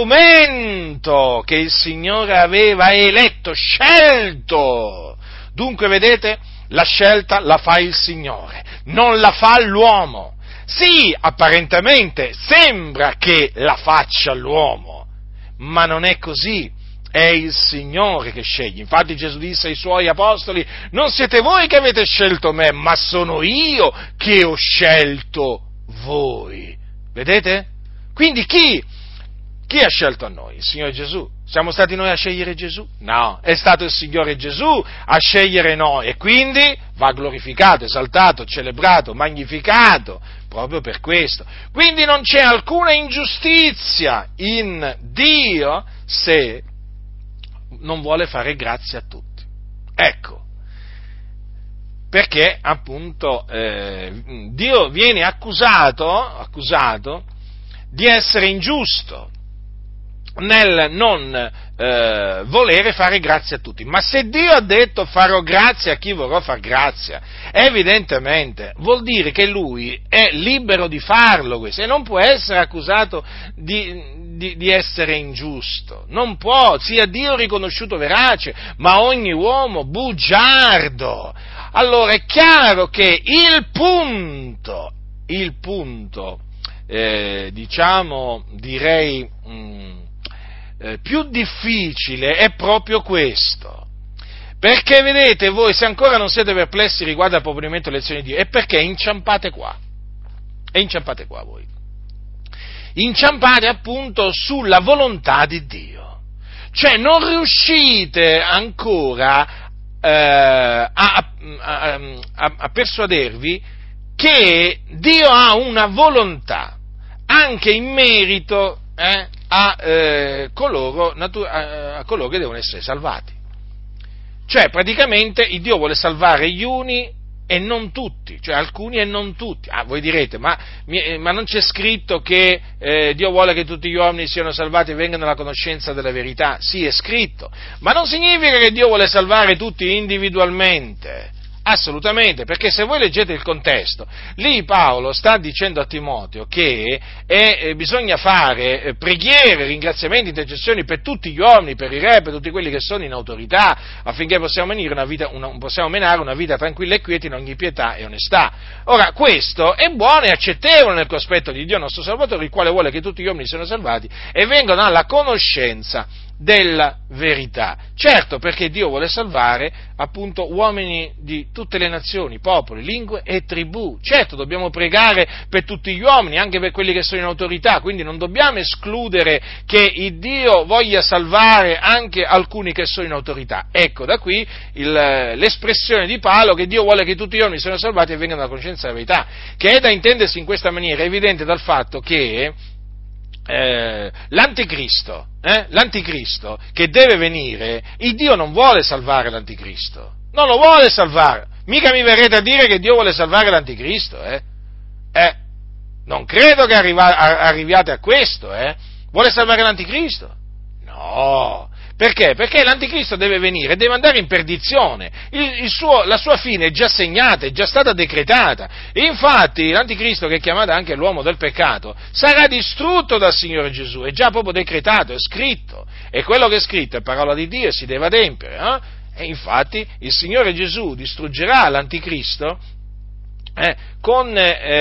strumento che il Signore aveva eletto, scelto. Dunque, vedete, la scelta la fa il Signore, non la fa l'uomo. Sì, apparentemente sembra che la faccia l'uomo, ma non è così, è il Signore che sceglie. Infatti Gesù disse ai Suoi apostoli: non siete voi che avete scelto me, ma sono io che ho scelto voi. Vedete? Quindi chi? Chi ha scelto a noi? Il Signore Gesù. Siamo stati noi a scegliere Gesù? No, è stato il Signore Gesù a scegliere noi e quindi va glorificato, esaltato, celebrato, magnificato, proprio per questo. Quindi non c'è alcuna ingiustizia in Dio se non vuole fare grazia a tutti. Ecco, perché appunto eh, Dio viene accusato, accusato di essere ingiusto nel non eh, volere fare grazia a tutti. Ma se Dio ha detto farò grazia a chi vorrò far grazia, evidentemente vuol dire che Lui è libero di farlo questo, e non può essere accusato di, di, di essere ingiusto. Non può, sia Dio riconosciuto verace, ma ogni uomo bugiardo. Allora è chiaro che il punto, il punto, eh, diciamo, direi... Mh, Eh, più difficile è proprio questo, perché vedete voi, se ancora non siete perplessi riguardo al proponimento delle elezioni di Dio, è perché inciampate qua, e inciampate qua voi, inciampate appunto sulla volontà di Dio, cioè non riuscite ancora eh, a, a, a, a persuadervi che Dio ha una volontà anche in merito eh, A, eh, coloro, natu- a, a coloro che devono essere salvati. Cioè, praticamente, il Dio vuole salvare gli uni e non tutti, cioè alcuni e non tutti. Ah, voi direte, ma, ma non c'è scritto che eh, Dio vuole che tutti gli uomini siano salvati e vengano alla conoscenza della verità? Sì, è scritto, ma non significa che Dio vuole salvare tutti individualmente. Assolutamente, perché se voi leggete il contesto, lì Paolo sta dicendo a Timoteo che eh, eh, bisogna fare eh, preghiere, ringraziamenti, intercessioni per tutti gli uomini, per i re, per tutti quelli che sono in autorità, affinché possiamo menare una vita, una, possiamo menare una vita tranquilla e quieta in ogni pietà e onestà. Ora, questo è buono e accettevole nel cospetto di Dio nostro Salvatore, il quale vuole che tutti gli uomini siano salvati e vengano alla conoscenza della verità. Certo, perché Dio vuole salvare appunto uomini di tutte le nazioni, popoli, lingue e tribù. Certo, dobbiamo pregare per tutti gli uomini, anche per quelli che sono in autorità, quindi non dobbiamo escludere che il Dio voglia salvare anche alcuni che sono in autorità. Ecco, da qui il, l'espressione di Paolo che Dio vuole che tutti gli uomini siano salvati e vengano alla conoscenza della verità, che è da intendersi in questa maniera, è evidente dal fatto che Eh, l'anticristo, eh, l'anticristo che deve venire, il Dio non vuole salvare l'anticristo, non lo vuole salvare, mica mi verrete a dire che Dio vuole salvare l'anticristo, eh? Eh, non credo che arriva, arriviate a questo, eh? Vuole salvare l'anticristo? No. Perché? Perché l'anticristo deve venire, deve andare in perdizione, il, il suo, la sua fine è già segnata, è già stata decretata. Infatti l'anticristo, che è chiamato anche l'uomo del peccato, sarà distrutto dal Signore Gesù, è già proprio decretato, è scritto, e quello che è scritto è parola di Dio e si deve adempiere. Eh? E infatti il Signore Gesù distruggerà l'anticristo Eh, con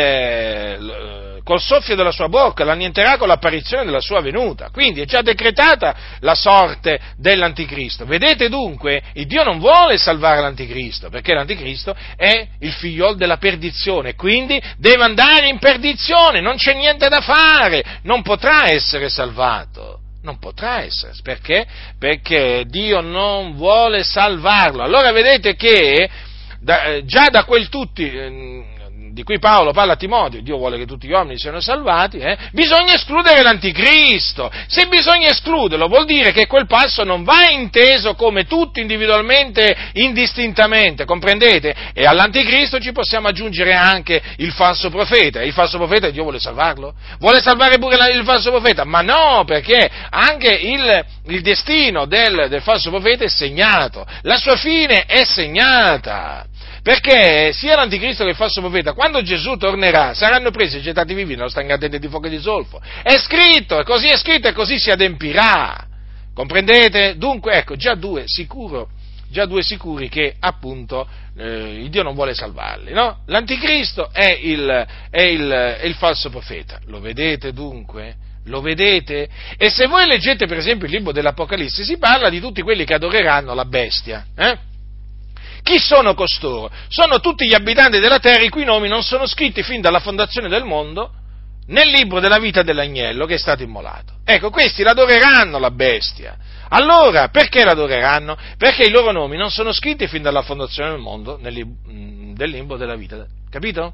eh, col soffio della sua bocca, l'annienterà con l'apparizione della sua venuta, quindi è già decretata la sorte dell'anticristo. Vedete dunque, il Dio non vuole salvare l'anticristo, perché l'anticristo è il figliol della perdizione, quindi deve andare in perdizione, non c'è niente da fare, non potrà essere salvato. Non potrà essere, perché? Perché Dio non vuole salvarlo. Allora vedete che Da, già da quel tutti, eh, di cui Paolo parla a Timoteo, Dio vuole che tutti gli uomini siano salvati, eh, bisogna escludere l'anticristo. Se bisogna escluderlo, vuol dire che quel passo non va inteso come tutti individualmente, indistintamente, comprendete? E all'anticristo ci possiamo aggiungere anche il falso profeta. Il falso profeta Dio vuole salvarlo? Vuole salvare pure il falso profeta? Ma no, perché anche il, il destino del, del falso profeta è segnato, la sua fine è segnata. Perché sia l'anticristo che il falso profeta, quando Gesù tornerà, saranno presi e gettati vivi nello stagno ardente di fuoco e di zolfo. È scritto, e così è scritto e così si adempirà. Comprendete? Dunque, ecco, già due sicuro, già due sicuri che appunto eh, il Dio non vuole salvarli, no? L'anticristo è il, è il, è il falso profeta. Lo vedete dunque? Lo vedete? E se voi leggete per esempio il libro dell'Apocalisse, si parla di tutti quelli che adoreranno la bestia, eh? Chi sono costoro? Sono tutti gli abitanti della terra i cui nomi non sono scritti fin dalla fondazione del mondo nel libro della vita dell'agnello che è stato immolato. Ecco, questi l'adoreranno la bestia. Allora, perché l'adoreranno? Perché i loro nomi non sono scritti fin dalla fondazione del mondo nel libro della vita, capito?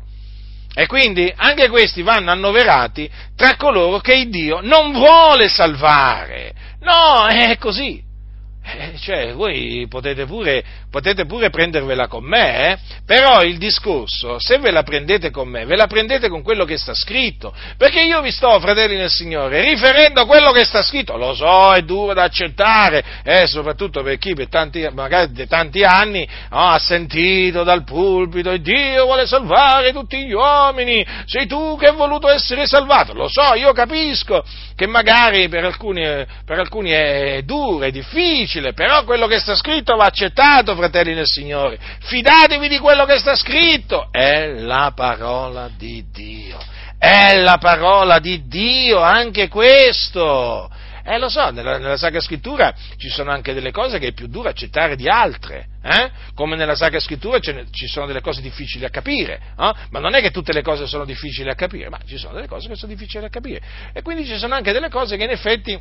E quindi anche questi vanno annoverati tra coloro che il Dio non vuole salvare. No, è così. Eh, cioè, voi potete pure, potete pure prendervela con me, eh? Però il discorso, se ve la prendete con me, ve la prendete con quello che sta scritto, perché io vi sto, fratelli nel Signore, riferendo a quello che sta scritto. Lo so, è duro da accettare, eh, soprattutto per chi per tanti, magari di tanti anni oh, ha sentito dal pulpito e Dio vuole salvare tutti gli uomini, sei tu che hai voluto essere salvato. Lo so, io capisco che magari per alcuni, per alcuni è duro, è difficile, però quello che sta scritto va accettato, fratelli nel Signore. Fidatevi di quello che sta scritto, è la parola di Dio, è la parola di Dio, anche questo. Eh, lo so, nella, nella Sacra Scrittura ci sono anche delle cose che è più duro accettare di altre, eh? Come nella Sacra Scrittura ne, ci sono delle cose difficili a capire, eh? Ma non è che tutte le cose sono difficili a capire, ma ci sono delle cose che sono difficili a capire, e quindi ci sono anche delle cose che in effetti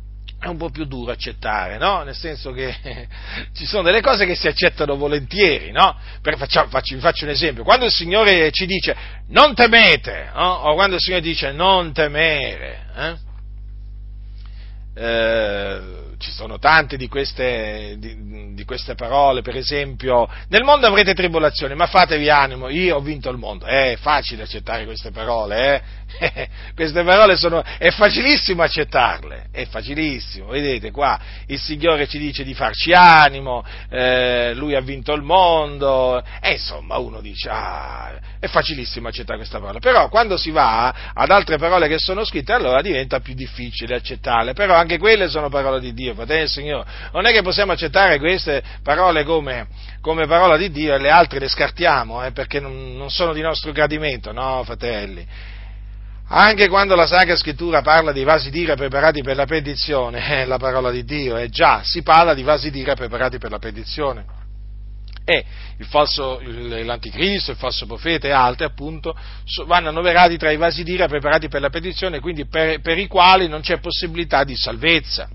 è un po' più duro accettare, no? Nel senso che ci sono delle cose che si accettano volentieri, no? Per, facciamo, faccio, vi faccio un esempio. Quando il Signore ci dice non temete, no? O quando il Signore dice non temere, eh? Eh, ci sono tante di queste, di, di queste parole, per esempio, nel mondo avrete tribolazioni, ma fatevi animo, io ho vinto il mondo. È facile accettare queste parole, eh? Queste parole sono, è facilissimo accettarle, è facilissimo, vedete qua, il Signore ci dice di farci animo, eh, Lui ha vinto il mondo, e insomma uno dice, ah, è facilissimo accettare questa parola, però quando si va ad altre parole che sono scritte, allora diventa più difficile accettarle, però anche quelle sono parole di Dio, fratelli del Signore, non è che possiamo accettare queste parole come, come parola di Dio e le altre le scartiamo, eh, perché non, non sono di nostro gradimento, no, fratelli. Anche quando la Sacra Scrittura parla di vasi d'ira preparati per la perdizione, è la parola di Dio, e già si parla di vasi d'ira preparati per la perdizione. E il falso, l'anticristo, il falso profeta e altri appunto vanno annoverati tra i vasi d'ira preparati per la perdizione, quindi per, per i quali non c'è possibilità di salvezza.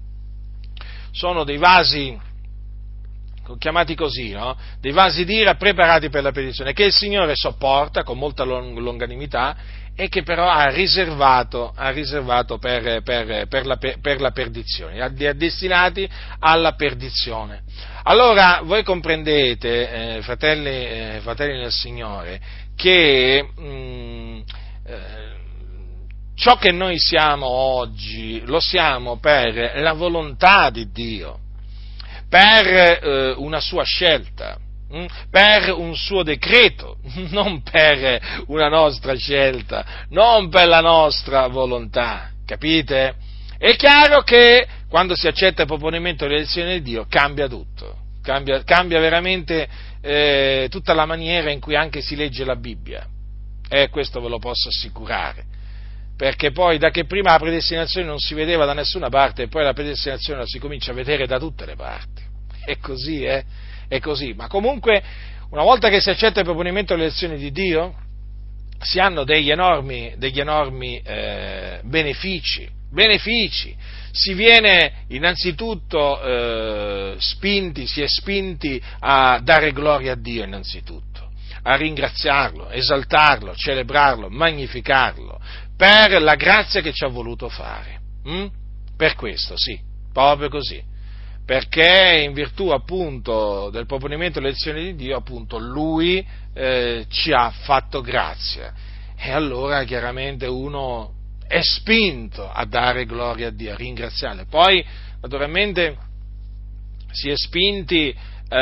Sono dei vasi, chiamati così, no? Dei vasi d'ira preparati per la perdizione, che il Signore sopporta con molta longanimità e che però ha riservato, ha riservato per, per, per, la, per la perdizione, ha destinati alla perdizione. Allora, voi comprendete, eh, fratelli, eh, fratelli nel Signore, che mh, eh, ciò che noi siamo oggi, lo siamo per la volontà di Dio, per eh, una sua scelta, mh, per un suo decreto, non per una nostra scelta, non per la nostra volontà, capite? È chiaro che quando si accetta il proponimento dell'elezione di Dio cambia tutto, cambia, cambia veramente eh, tutta la maniera in cui anche si legge la Bibbia, e questo ve lo posso assicurare, perché poi da che prima la predestinazione non si vedeva da nessuna parte e poi la predestinazione la si comincia a vedere da tutte le parti, è così, eh? È così, ma comunque una volta che si accetta il proponimento dell'elezione di Dio si hanno degli enormi, degli enormi eh, benefici, benefici, si viene innanzitutto eh, spinti, si è spinti a dare gloria a Dio innanzitutto, a ringraziarlo, esaltarlo, celebrarlo, magnificarlo, per la grazia che ci ha voluto fare, hm? Per questo, sì, proprio così, perché in virtù appunto del proponimento dell'elezione di Dio, appunto, Lui eh, ci ha fatto grazia, e allora chiaramente uno è spinto a dare gloria a Dio, a ringraziarlo. Poi naturalmente si è spinti eh,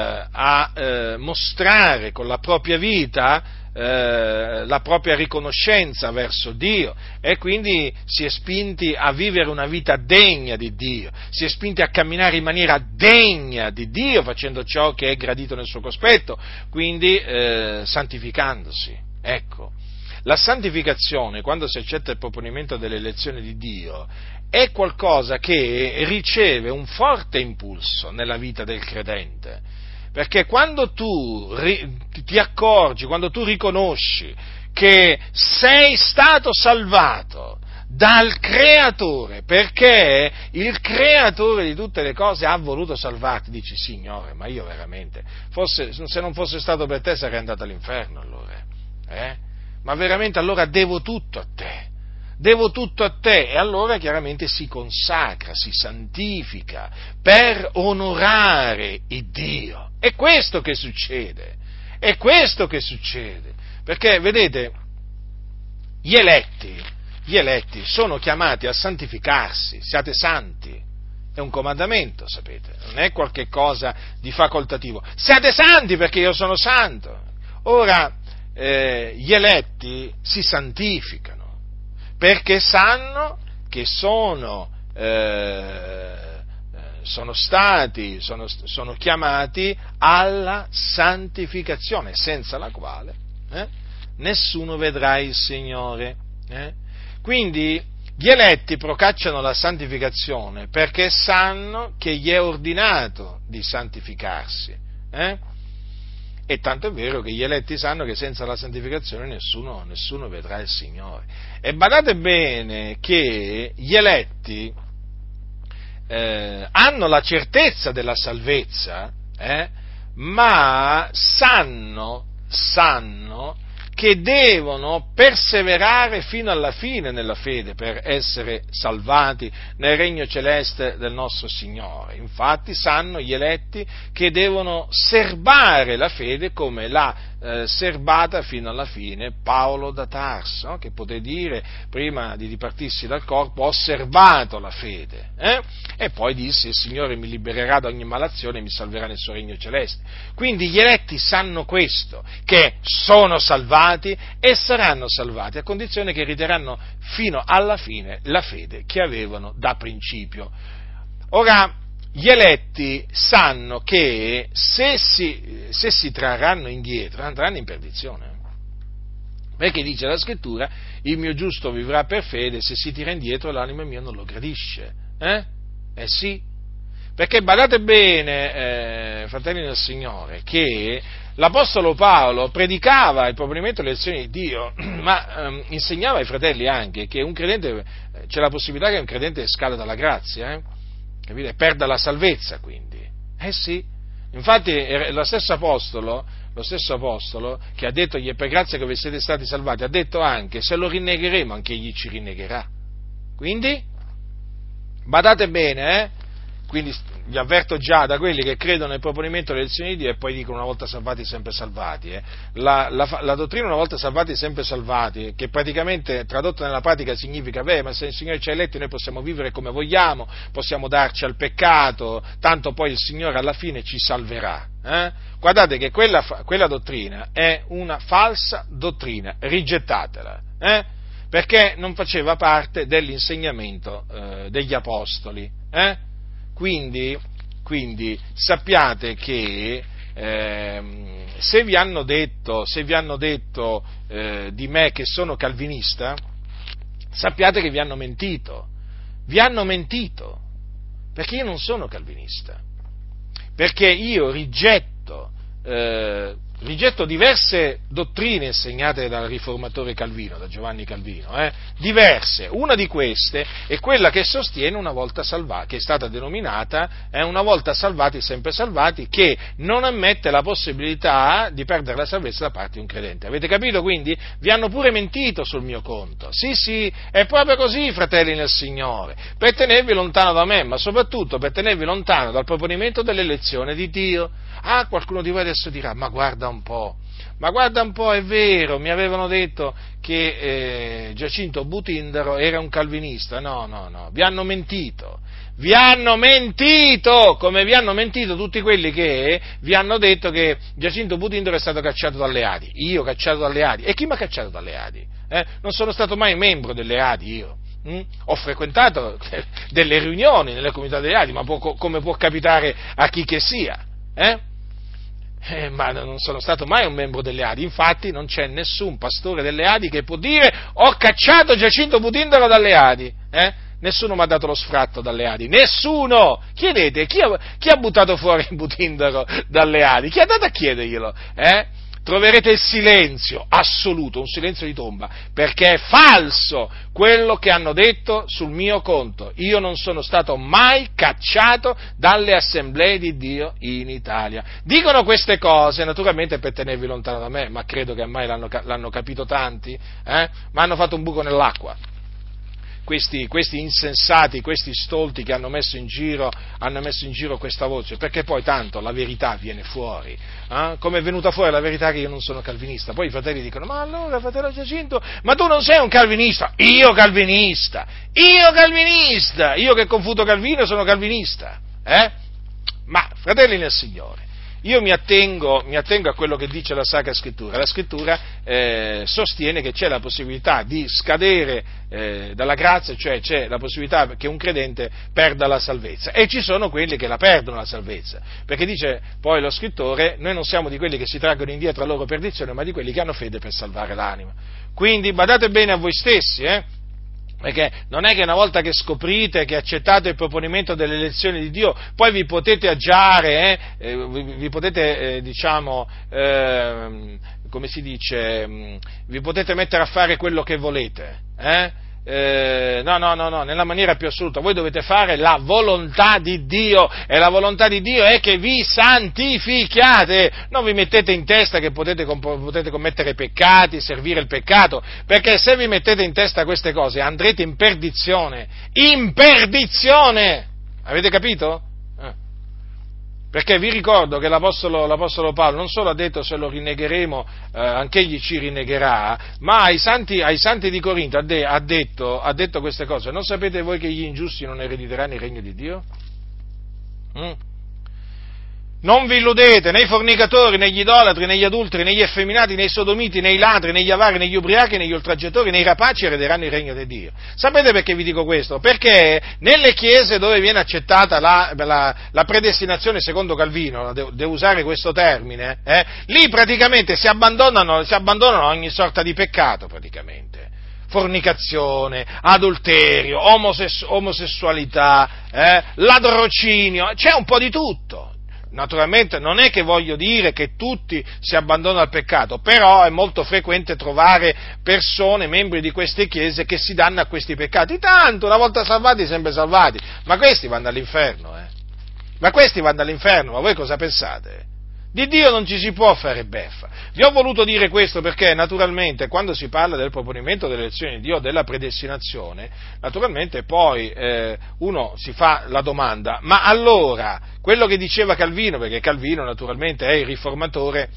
a eh, mostrare con la propria vita eh, la propria riconoscenza verso Dio, e quindi si è spinti a vivere una vita degna di Dio, si è spinti a camminare in maniera degna di Dio, facendo ciò che è gradito nel suo cospetto, quindi eh, santificandosi. Ecco. La santificazione, quando si accetta il proponimento dell'elezione di Dio, è qualcosa che riceve un forte impulso nella vita del credente, perché quando tu ti accorgi, quando tu riconosci che sei stato salvato dal Creatore, perché il Creatore di tutte le cose ha voluto salvarti, dici: Signore, ma io veramente, forse, se non fosse stato per te sarei andato all'inferno allora, eh? Ma veramente allora devo tutto a te, devo tutto a te, e allora chiaramente si consacra, si santifica per onorare il Dio. È questo che succede, è questo che succede, perché vedete, gli eletti, gli eletti sono chiamati a santificarsi, siate santi, è un comandamento, sapete, non è qualche cosa di facoltativo, siate santi perché io sono santo. Ora, Eh, gli eletti si santificano perché sanno che sono, eh, sono stati, sono, sono chiamati alla santificazione, senza la quale eh, nessuno vedrà il Signore. Eh? Quindi gli eletti procacciano la santificazione perché sanno che gli è ordinato di santificarsi. Eh? E tanto è vero che gli eletti sanno che senza la santificazione nessuno, nessuno vedrà il Signore. E badate bene che gli eletti eh, hanno la certezza della salvezza, eh, ma sanno, sanno che devono perseverare fino alla fine nella fede per essere salvati nel regno celeste del nostro Signore. Infatti sanno gli eletti che devono serbare la fede come l'ha eh, serbata fino alla fine Paolo da Tarso, che poté dire prima di dipartirsi dal corpo: ho serbato la fede, eh? E poi disse: il Signore mi libererà da ogni malazione e mi salverà nel suo regno celeste. Quindi gli eletti sanno questo, che sono salvati e saranno salvati a condizione che riterranno fino alla fine la fede che avevano da principio. Ora, gli eletti sanno che se si, se si trarranno indietro andranno in perdizione, perché dice la Scrittura: il mio giusto vivrà per fede, se si tira indietro l'anima mia non lo gradisce. Eh? Eh sì, perché badate bene, eh, fratelli del Signore, che l'Apostolo Paolo predicava il proponimento delle elezioni di Dio, ma ehm, insegnava ai fratelli anche che un credente, c'è la possibilità che un credente scada dalla grazia, eh? Capite? Perda la salvezza, quindi. Eh sì, infatti lo stesso apostolo, lo stesso apostolo che ha detto: gli è per grazia che vi siete stati salvati, ha detto anche: se lo rinnegheremo anche egli ci rinnegherà. Quindi, badate bene, eh? Quindi vi avverto già da quelli che credono nel proponimento delle elezioni di Dio e poi dicono: una volta salvati sempre salvati. Eh? La, la, la dottrina una volta salvati sempre salvati, che praticamente tradotto nella pratica significa: beh, ma se il Signore ci ha eletti noi possiamo vivere come vogliamo, possiamo darci al peccato, tanto poi il Signore alla fine ci salverà. Eh? Guardate che quella, quella dottrina è una falsa dottrina, rigettatela, eh? Perché non faceva parte dell'insegnamento eh, degli apostoli. Eh? Quindi, quindi sappiate che eh, se vi hanno detto, se vi hanno detto eh, di me che sono calvinista, sappiate che vi hanno mentito, vi hanno mentito, perché io non sono calvinista, perché io rigetto, eh, rigetto diverse dottrine insegnate dal riformatore Calvino, da Giovanni Calvino, eh, diverse. Una di queste è quella che sostiene una volta salvati, che è stata denominata eh, una volta salvati sempre salvati, che non ammette la possibilità di perdere la salvezza da parte di un credente. Avete capito? Quindi vi hanno pure mentito sul mio conto. Sì, sì, è proprio così, fratelli nel Signore, per tenervi lontano da me, ma soprattutto per tenervi lontano dal proponimento dell'elezione di Dio. Ah, qualcuno di voi adesso dirà: ma guarda un po', ma guarda un po', è vero, mi avevano detto che eh, Giacinto Butindaro era un calvinista. No, no, no, vi hanno mentito, vi hanno mentito, come vi hanno mentito tutti quelli che vi hanno detto che Giacinto Butindaro è stato cacciato dalle Adi. Io cacciato dalle Adi? E chi mi ha cacciato dalle Adi? Eh? Non sono stato mai membro delle Adi io. Mm? Ho frequentato delle riunioni nelle comunità delle Adi, ma può, come può capitare a chi che sia, eh? Eh, ma non sono stato mai un membro delle Adi, infatti non c'è nessun pastore delle Adi che può dire: ho cacciato Giacinto Butindaro dalle Adi, eh? Nessuno mi ha dato lo sfratto dalle Adi, nessuno! Chiedete, chi ha, chi ha buttato fuori Butindaro dalle Adi? Chi è andato a chiederglielo? Eh? Troverete il silenzio assoluto, un silenzio di tomba, perché è falso quello che hanno detto sul mio conto. Io non sono stato mai cacciato dalle assemblee di Dio in Italia. Dicono queste cose naturalmente per tenervi lontano da me, ma credo che ormai l'hanno, l'hanno capito tanti, eh? Ma hanno fatto un buco nell'acqua. Questi, questi insensati, questi stolti che hanno messo in giro, hanno messo in giro questa voce, perché poi tanto la verità viene fuori, eh? Come è venuta fuori la verità che io non sono calvinista. Poi i fratelli dicono: ma allora, fratello Giacinto, ma tu non sei un calvinista? Io calvinista, io calvinista, io che confuto Calvino sono calvinista, eh? Ma, fratelli nel Signore, io mi attengo, mi attengo a quello che dice la Sacra Scrittura. La Scrittura eh, sostiene che c'è la possibilità di scadere eh, dalla grazia, cioè c'è la possibilità che un credente perda la salvezza, e ci sono quelli che la perdono la salvezza, perché dice poi lo Scrittore: noi non siamo di quelli che si traggono indietro a loro perdizione, ma di quelli che hanno fede per salvare l'anima. Quindi badate bene a voi stessi, eh? Perché non è che una volta che scoprite, che accettate il proponimento delle elezioni di Dio, poi vi potete agiare, eh, eh, vi, vi potete, eh, diciamo, eh, come si dice, vi potete mettere a fare quello che volete, eh? eh, no, no, no, no, nella maniera più assoluta, voi dovete fare la volontà di Dio, e la volontà di Dio è che vi santificate, non vi mettete in testa che potete, potete commettere peccati, servire il peccato, perché se vi mettete in testa queste cose andrete in perdizione, in perdizione, avete capito? Perché vi ricordo che l'Apostolo, l'Apostolo Paolo non solo ha detto se lo rinnegheremo, eh, anch'egli ci rinnegherà, ma ai santi, ai santi di Corinto ha, de, ha, detto, ha detto queste cose. Non sapete voi che gli ingiusti non erediteranno il regno di Dio? Mm? Non vi illudete, né i fornicatori, né gli idolatri, né gli adulteri, né gli effeminati, né i sodomiti, né i ladri, né gli avari, né gli ubriachi, né gli oltraggiatori, né i rapaci erederanno il regno di Dio. Sapete perché vi dico questo? Perché nelle chiese dove viene accettata la, la, la predestinazione secondo Calvino, devo, devo usare questo termine, eh, lì praticamente si abbandonano, si abbandonano ogni sorta di peccato, praticamente. Fornicazione, adulterio, omosessu- omosessualità, eh, ladrocinio, c'è un po' di tutto. Naturalmente non è che voglio dire che tutti si abbandonano al peccato, però è molto frequente trovare persone, membri di queste chiese, che si danno a questi peccati. Tanto, una volta salvati, sempre salvati. Ma questi vanno all'inferno, eh? Ma questi vanno all'inferno, ma voi cosa pensate? Di Dio non ci si può fare beffa. Vi ho voluto dire questo perché naturalmente quando si parla del proponimento delle elezioni di Dio, della predestinazione, naturalmente poi eh, uno si fa la domanda, ma allora quello che diceva Calvino, perché Calvino naturalmente è il riformatore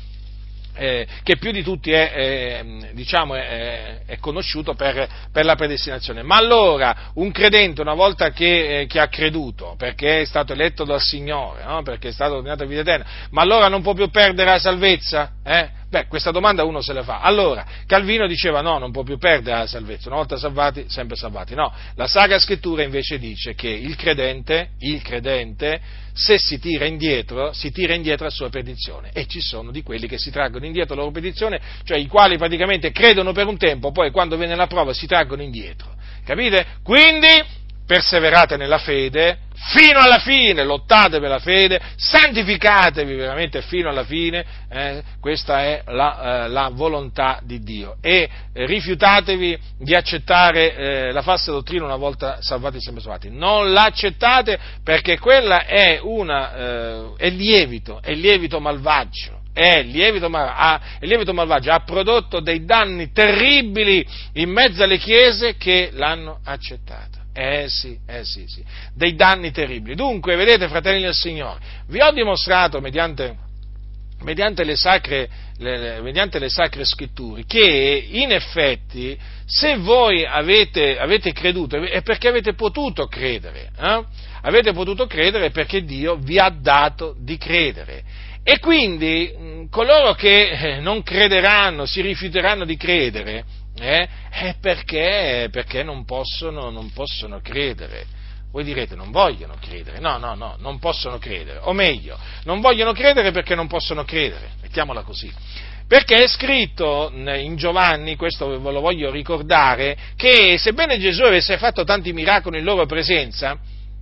Eh, che più di tutti è, è, diciamo, è, è conosciuto per, per la predestinazione. Ma allora un credente, una volta che, eh, che ha creduto, perché è stato eletto dal Signore, no? Perché è stato ordinato a vita eterna, ma allora non può più perdere la salvezza? Eh? Beh, questa domanda uno se la fa. Allora, Calvino diceva no, non può più perdere la salvezza, una volta salvati, sempre salvati. No, la Sacra Scrittura invece dice che il credente, il credente, se si tira indietro, si tira indietro a sua perdizione, e ci sono di quelli che si traggono indietro la loro perdizione, cioè i quali praticamente credono per un tempo, poi quando viene la prova si traggono indietro, capite? Quindi perseverate nella fede fino alla fine, lottate per la fede, santificatevi veramente fino alla fine, eh, questa è la, eh, la volontà di Dio, e eh, rifiutatevi di accettare eh, la falsa dottrina una volta salvati sempre salvati, non l'accettate perché quella è una eh, è lievito, è lievito malvagio. È lievito, ha, il lievito malvagio ha prodotto dei danni terribili in mezzo alle chiese che l'hanno accettata. Eh sì, eh sì, sì, dei danni terribili. Dunque, vedete, fratelli del Signore, vi ho dimostrato mediante, mediante, le sacre, le, mediante le sacre scritture che in effetti se voi avete, avete creduto è perché avete potuto credere, eh? Avete potuto credere perché Dio vi ha dato di credere. E quindi mh, coloro che eh, non crederanno, si rifiuteranno di credere, eh, è perché, perché non possono, non possono credere. Voi direte, non vogliono credere. No, no, no, non possono credere. O meglio, non vogliono credere perché non possono credere. Mettiamola così. Perché è scritto in Giovanni, questo ve lo voglio ricordare, che sebbene Gesù avesse fatto tanti miracoli in loro presenza,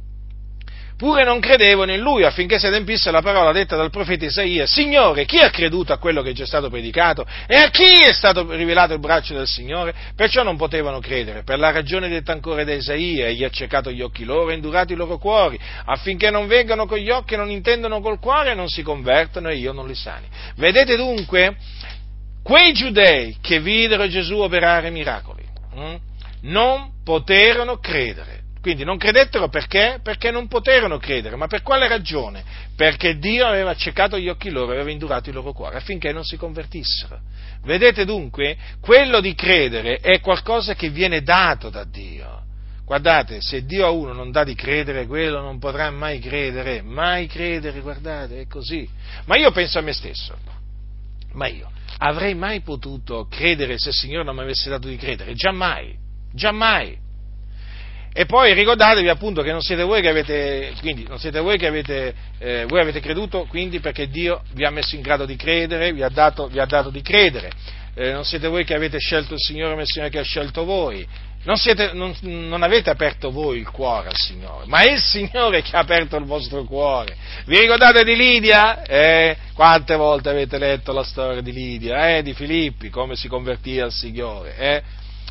pure non credevano in Lui, affinché si adempisse la parola detta dal profeta Isaia: Signore, chi ha creduto a quello che ci è stato predicato? E a chi è stato rivelato il braccio del Signore? Perciò non potevano credere, per la ragione detta ancora da Isaia: egli ha accecato gli occhi loro e indurato i loro cuori, affinché non vengano con gli occhi e non intendano col cuore e non si convertano e io non li sani. Vedete dunque, quei giudei che videro Gesù operare miracoli, hm, non poterono credere. Quindi non credettero perché? Perché non poterono credere, ma per quale ragione? Perché Dio aveva accecato gli occhi loro e aveva indurato il loro cuore affinché non si convertissero. Vedete dunque, quello di credere è qualcosa che viene dato da Dio. Guardate, se Dio a uno non dà di credere, quello non potrà mai credere, mai credere, guardate, è così. Ma io penso a me stesso, ma io avrei mai potuto credere se il Signore non mi avesse dato di credere? Giammai, giammai. E poi ricordatevi appunto che non siete voi che avete, quindi non siete voi che avete, eh, voi avete creduto, quindi perché Dio vi ha messo in grado di credere, vi ha dato, vi ha dato di credere, eh, non siete voi che avete scelto il Signore, ma il Signore che ha scelto voi, non, siete, non, non avete aperto voi il cuore al Signore, ma è il Signore che ha aperto il vostro cuore. Vi ricordate di Lidia? Eh, quante volte avete letto la storia di Lidia, eh, di Filippi, come si convertì al Signore, eh?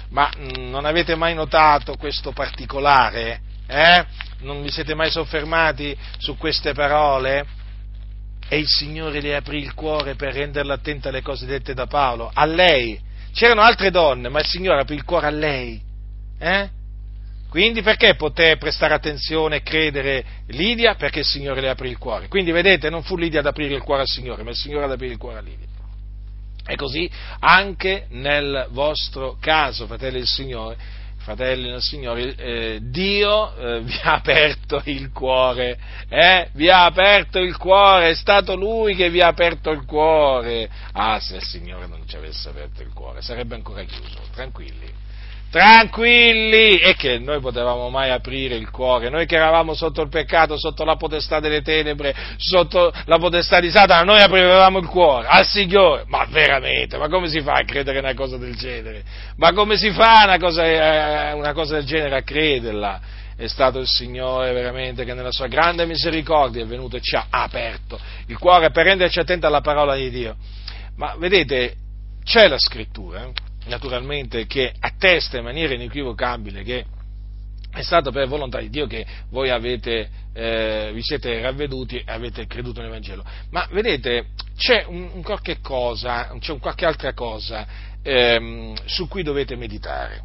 Ma mh, non avete mai notato questo particolare? Eh? Non vi siete mai soffermati su queste parole? E il Signore le aprì il cuore per renderla attenta alle cose dette da Paolo. A lei. C'erano altre donne, ma il Signore aprì il cuore a lei. Eh? Quindi perché poté prestare attenzione e credere Lidia? Perché il Signore le aprì il cuore. Quindi vedete, non fu Lidia ad aprire il cuore al Signore, ma il Signore ad aprire il cuore a Lidia. E così anche nel vostro caso, fratelli del Signore, fratelli del Signore, eh, Dio eh, vi ha aperto il cuore, eh? vi ha aperto il cuore, è stato Lui che vi ha aperto il cuore. Ah, se il Signore non ci avesse aperto il cuore, sarebbe ancora chiuso, tranquilli. Tranquilli, e che noi potevamo mai aprire il cuore, noi che eravamo sotto il peccato, sotto la potestà delle tenebre, sotto la potestà di Satana, noi aprivamo il cuore al Signore. Ma veramente, ma come si fa a credere una cosa del genere? Ma come si fa una cosa, una cosa del genere a crederla? È stato il Signore veramente che nella sua grande misericordia è venuto e ci ha aperto il cuore per renderci attenti alla parola di Dio. Ma vedete, c'è la scrittura, eh? naturalmente, che attesta in maniera inequivocabile che è stato per volontà di Dio che voi avete, eh, vi siete ravveduti e avete creduto nell'Evangelo. Ma vedete, c'è un, un qualche cosa, c'è un qualche altra cosa ehm, su cui dovete meditare.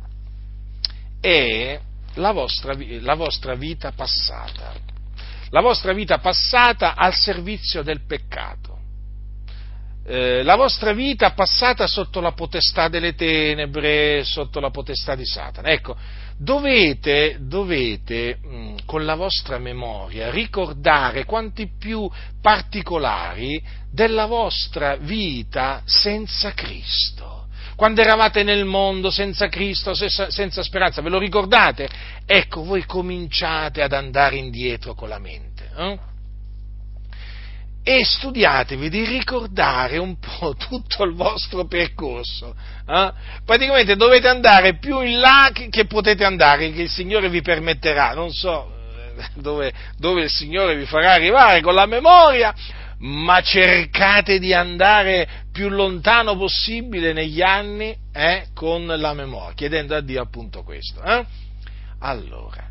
È la vostra, la vostra vita passata. La vostra vita passata al servizio del peccato. Eh, la vostra vita passata sotto la potestà delle tenebre, sotto la potestà di Satana. Ecco, dovete, dovete mh, con la vostra memoria ricordare quanti più particolari della vostra vita senza Cristo. Quando eravate nel mondo senza Cristo, senza, senza speranza, ve lo ricordate? Ecco, voi cominciate ad andare indietro con la mente. Eh? E studiatevi di ricordare un po' tutto il vostro percorso. Eh? Praticamente dovete andare più in là che, che potete andare, che il Signore vi permetterà, non so dove, dove il Signore vi farà arrivare con la memoria, ma cercate di andare più lontano possibile negli anni eh, con la memoria, chiedendo a Dio appunto questo. Eh? Allora,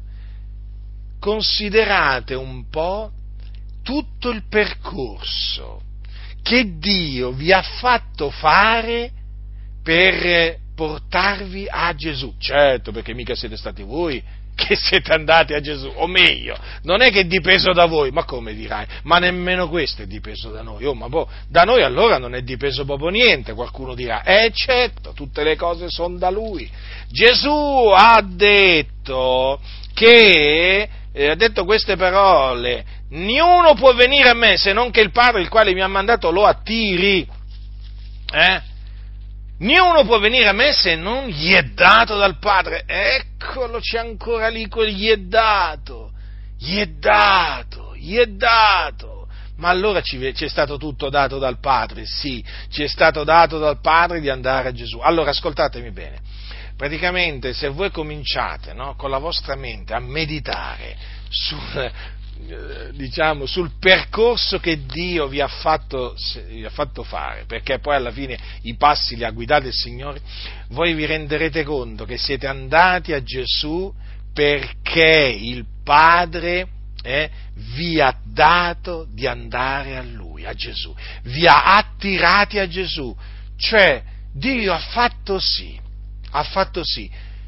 considerate un po' tutto il percorso che Dio vi ha fatto fare per portarvi a Gesù. Certo, perché mica siete stati voi che siete andati a Gesù, o meglio, non è che è dipeso da voi, ma come dirai? Ma nemmeno questo è dipeso da noi. Oh, ma boh, da noi allora non è dipeso proprio niente, qualcuno dirà. Eh certo, tutte le cose sono da Lui. Gesù ha detto che, eh, ha detto queste parole: niuno può venire a me se non che il Padre, il quale mi ha mandato, lo attiri. Eh? Niuno può venire a me se non gli è dato dal Padre. Eccolo, c'è ancora lì quel gli è dato, gli è dato, gli è dato. Ma allora ci, ci è stato tutto dato dal Padre? Sì, ci è stato dato dal Padre di andare a Gesù. Allora ascoltatemi bene. Praticamente, se voi cominciate, no, con la vostra mente a meditare sul, diciamo, sul percorso che Dio vi ha fatto, vi ha fatto fare, perché poi alla fine i passi li ha guidati il Signore, voi vi renderete conto che siete andati a Gesù perché il Padre eh, vi ha dato di andare a Lui, a Gesù, vi ha attirati a Gesù, cioè Dio ha fatto sì, ha fatto sì,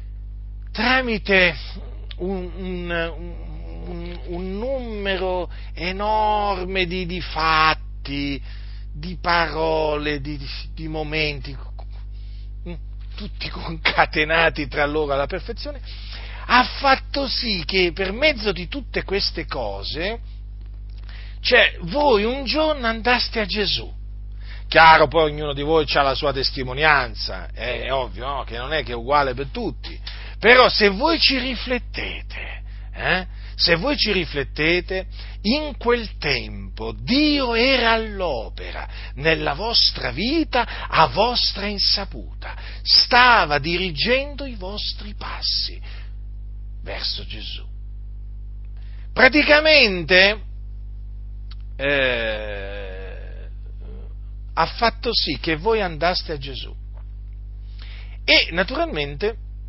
tramite un, un, un, un numero enorme di, di fatti, di parole, di, di momenti, tutti concatenati tra loro alla perfezione, ha fatto sì che per mezzo di tutte queste cose, cioè, voi un giorno andaste a Gesù. Chiaro, poi ognuno di voi ha la sua testimonianza, è ovvio, no? Che non è che è uguale per tutti, però se voi ci riflettete, eh? se voi ci riflettete, in quel tempo Dio era all'opera nella vostra vita a vostra insaputa, stava dirigendo i vostri passi verso Gesù. Praticamente eh, ha fatto sì che voi andaste a Gesù. E naturalmente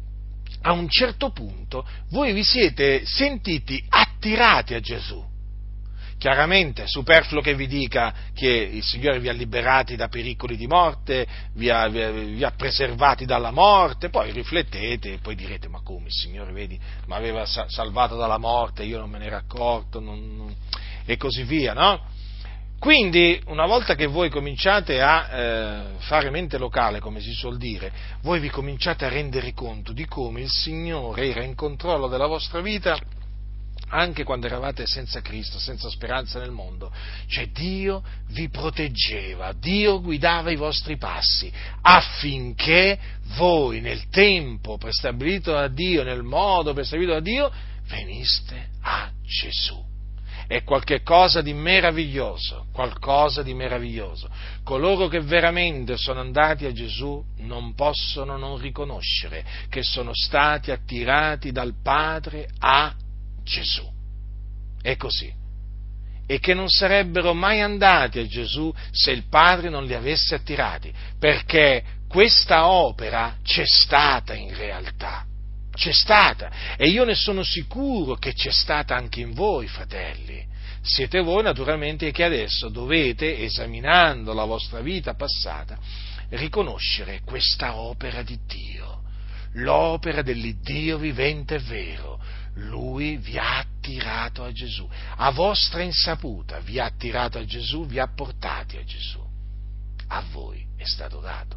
a un certo punto voi vi siete sentiti attirati a Gesù. Chiaramente è superfluo che vi dica che il Signore vi ha liberati da pericoli di morte, vi ha, vi ha, vi ha preservati dalla morte, poi riflettete e poi direte: ma come il Signore, vedi, mi aveva salvato dalla morte, io non me ne ero accorto, non, non... e così via, no? Quindi, una volta che voi cominciate a eh, fare mente locale, come si suol dire, voi vi cominciate a rendere conto di come il Signore era in controllo della vostra vita anche quando eravate senza Cristo, senza speranza nel mondo. Cioè Dio vi proteggeva, Dio guidava i vostri passi affinché voi nel tempo prestabilito da Dio, nel modo prestabilito da Dio, veniste a Gesù. È qualche cosa di meraviglioso, qualcosa di meraviglioso. Coloro che veramente sono andati a Gesù non possono non riconoscere che sono stati attirati dal Padre a Gesù. È così. E che non sarebbero mai andati a Gesù se il Padre non li avesse attirati, perché questa opera c'è stata in realtà. C'è stata, e io ne sono sicuro che c'è stata anche in voi, fratelli. Siete voi naturalmente che adesso dovete, esaminando la vostra vita passata, riconoscere questa opera di Dio, l'opera dell'Iddio vivente e vero. Lui vi ha attirato a Gesù, a vostra insaputa vi ha attirato a Gesù, vi ha portati a Gesù. A voi è stato dato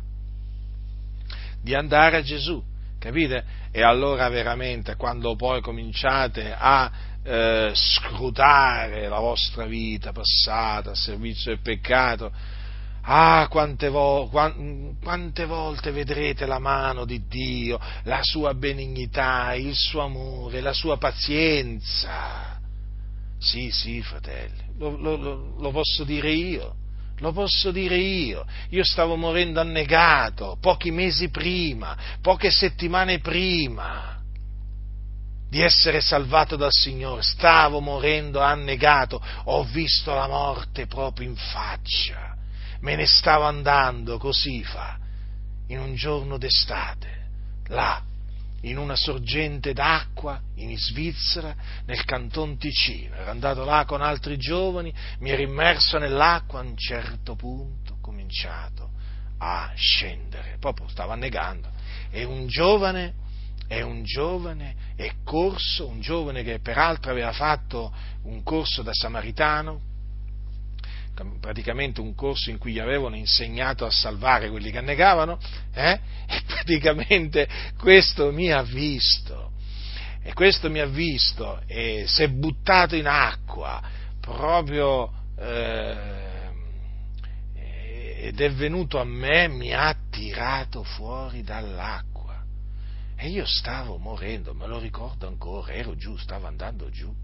di andare a Gesù. Capite? E allora veramente quando poi cominciate a eh, scrutare la vostra vita passata a servizio del peccato, ah, quante, vo- quante volte vedrete la mano di Dio, la sua benignità, il suo amore, la sua pazienza. Sì, sì, fratelli, lo, lo, lo posso dire io. Lo posso dire io, io stavo morendo annegato pochi mesi prima, poche settimane prima di essere salvato dal Signore, stavo morendo annegato, ho visto la morte proprio in faccia, me ne stavo andando così fa, in un giorno d'estate, là, in una sorgente d'acqua in Svizzera, nel Canton Ticino. Ero andato là con altri giovani, mi ero immerso nell'acqua, a un certo punto ho cominciato a scendere, proprio stavo annegando, e un giovane, e un giovane è corso, un giovane che peraltro aveva fatto un corso da samaritano, praticamente un corso in cui gli avevano insegnato a salvare quelli che annegavano, eh? E praticamente questo mi ha visto, e questo mi ha visto, e si è buttato in acqua, proprio, eh, ed è venuto a me, mi ha tirato fuori dall'acqua, e io stavo morendo, me lo ricordo ancora, ero giù, stavo andando giù,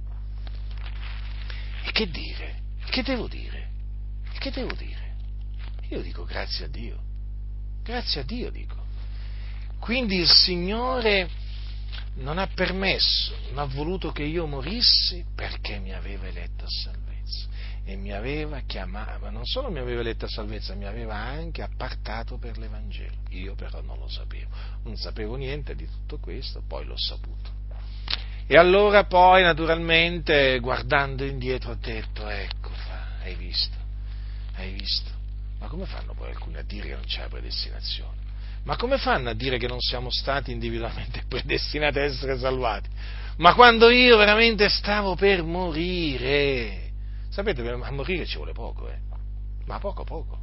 e che dire, che devo dire? Che devo dire? Io dico grazie a Dio, grazie a Dio dico. Quindi il Signore non ha permesso, non ha voluto che io morissi perché mi aveva eletto a salvezza e mi aveva chiamato, ma non solo mi aveva eletto a salvezza, mi aveva anche appartato per l'Evangelo. Io però non lo sapevo, non sapevo niente di tutto questo, poi l'ho saputo. E allora poi naturalmente guardando indietro ho detto, ecco, hai visto? Hai visto? Ma come fanno poi alcuni a dire che non c'è la predestinazione? Ma come fanno a dire che non siamo stati individualmente predestinati a essere salvati? Ma quando io veramente stavo per morire, sapete, a morire ci vuole poco, eh? Ma poco poco.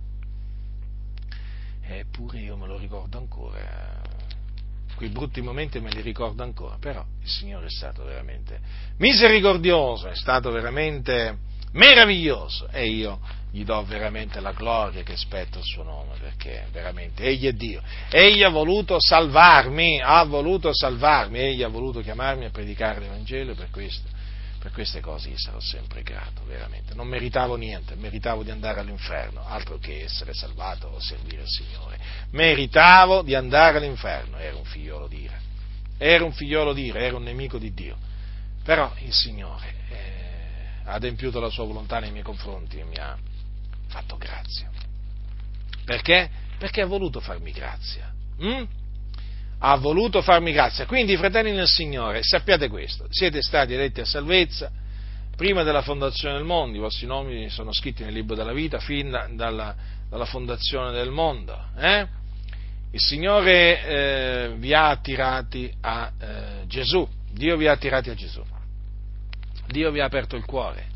Eppure io me lo ricordo ancora, quei brutti momenti me li ricordo ancora, però il Signore è stato veramente misericordioso, è stato veramente meraviglioso, e io gli do veramente la gloria che spetta il suo nome, perché veramente Egli è Dio, Egli ha voluto salvarmi, ha voluto salvarmi, Egli ha voluto chiamarmi a predicare l'Evangelo, e per questo, per queste cose gli sarò sempre grato, veramente, non meritavo niente, meritavo di andare all'inferno, altro che essere salvato o servire il Signore, meritavo di andare all'inferno, ero un figliolo di ira, ero un figliolo di ira, ero un nemico di Dio, però il Signore eh, ha adempiuto la sua volontà nei miei confronti e mi ha fatto grazia. Perché? Perché ha voluto farmi grazia. Mm? ha voluto farmi grazia. Quindi, fratelli nel Signore, sappiate questo, siete stati eletti a salvezza prima della fondazione del mondo, i vostri nomi sono scritti nel libro della vita fin da, dalla, dalla fondazione del mondo. Eh? Il Signore eh, vi ha attirati a eh, Gesù, Dio vi ha attirati a Gesù, Dio vi ha aperto il cuore,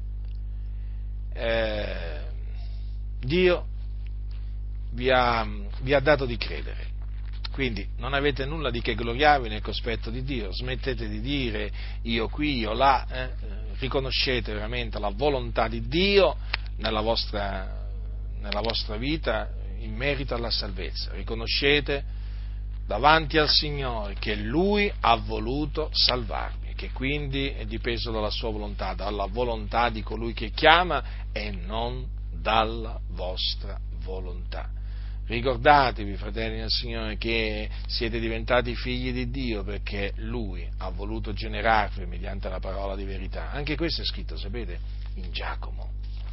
eh, Dio vi ha, vi ha dato di credere. Quindi non avete nulla di che gloriarvi nel cospetto di Dio, smettete di dire io qui, io là, eh? riconoscete veramente la volontà di Dio nella vostra, nella vostra vita in merito alla salvezza, riconoscete davanti al Signore che Lui ha voluto salvarvi, che quindi è dipeso dalla sua volontà, dalla volontà di colui che chiama e non dalla vostra volontà. Ricordatevi, fratelli del Signore, che siete diventati figli di Dio perché Lui ha voluto generarvi mediante la parola di verità. Anche questo è scritto, sapete, in Giacomo.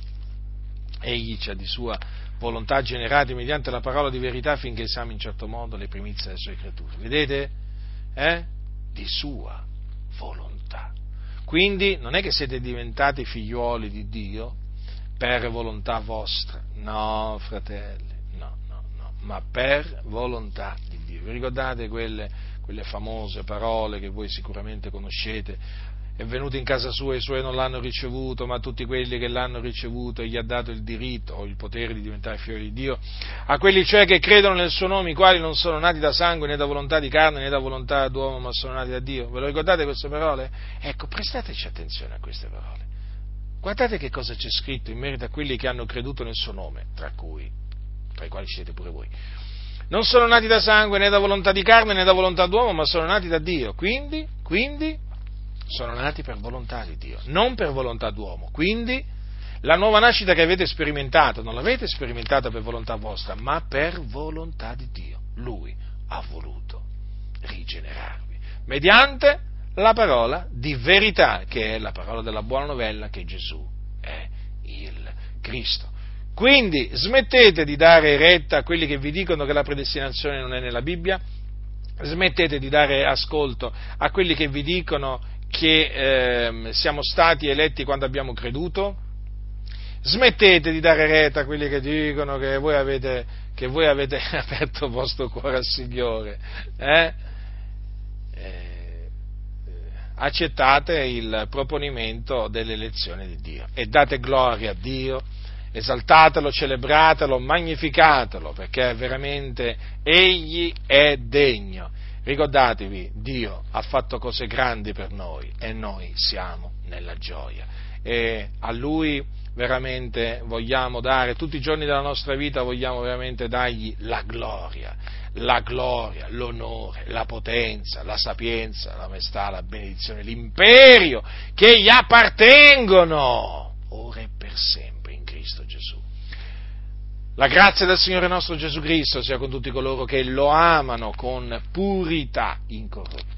Egli ci ha di sua volontà generati mediante la parola di verità finché siamo in certo modo le primizie delle sue creature. Vedete? Eh? Di sua volontà. Quindi non è che siete diventati figliuoli di Dio per volontà vostra. No, fratelli. Ma per volontà di Dio. Vi ricordate quelle, quelle famose parole che voi sicuramente conoscete? È venuto in casa sua e i suoi non l'hanno ricevuto, ma tutti quelli che l'hanno ricevuto gli ha dato il diritto o il potere di diventare figli di Dio, a quelli cioè che credono nel suo nome, i quali non sono nati da sangue né da volontà di carne né da volontà d'uomo, ma sono nati da Dio. Ve lo ricordate queste parole? Ecco, prestateci attenzione a queste parole. Guardate che cosa c'è scritto in merito a quelli che hanno creduto nel suo nome, tra cui tra i quali siete pure voi. Non sono nati da sangue né da volontà di carne né da volontà d'uomo, ma sono nati da Dio. Quindi, quindi sono nati per volontà di Dio, non per volontà d'uomo. Quindi la nuova nascita che avete sperimentato non l'avete sperimentata per volontà vostra, ma per volontà di Dio. Lui ha voluto rigenerarvi mediante la parola di verità, che è la parola della buona novella che Gesù è il Cristo. Quindi smettete di dare retta a quelli che vi dicono che la predestinazione non è nella Bibbia, smettete di dare ascolto a quelli che vi dicono che eh, siamo stati eletti quando abbiamo creduto, smettete di dare retta a quelli che dicono che voi avete, che voi avete aperto il vostro cuore al Signore, eh? Eh, accettate il proponimento dell'elezione di Dio e date gloria a Dio. Esaltatelo, celebratelo, magnificatelo, perché veramente Egli è degno. Ricordatevi, Dio ha fatto cose grandi per noi e noi siamo nella gioia. E a Lui veramente vogliamo dare, tutti i giorni della nostra vita vogliamo veramente dargli la gloria, la gloria, l'onore, la potenza, la sapienza, la maestà, la benedizione, l'imperio che gli appartengono, ora e per sempre. Cristo Gesù. La grazia del Signore nostro Gesù Cristo sia con tutti coloro che lo amano con purità incorrotta.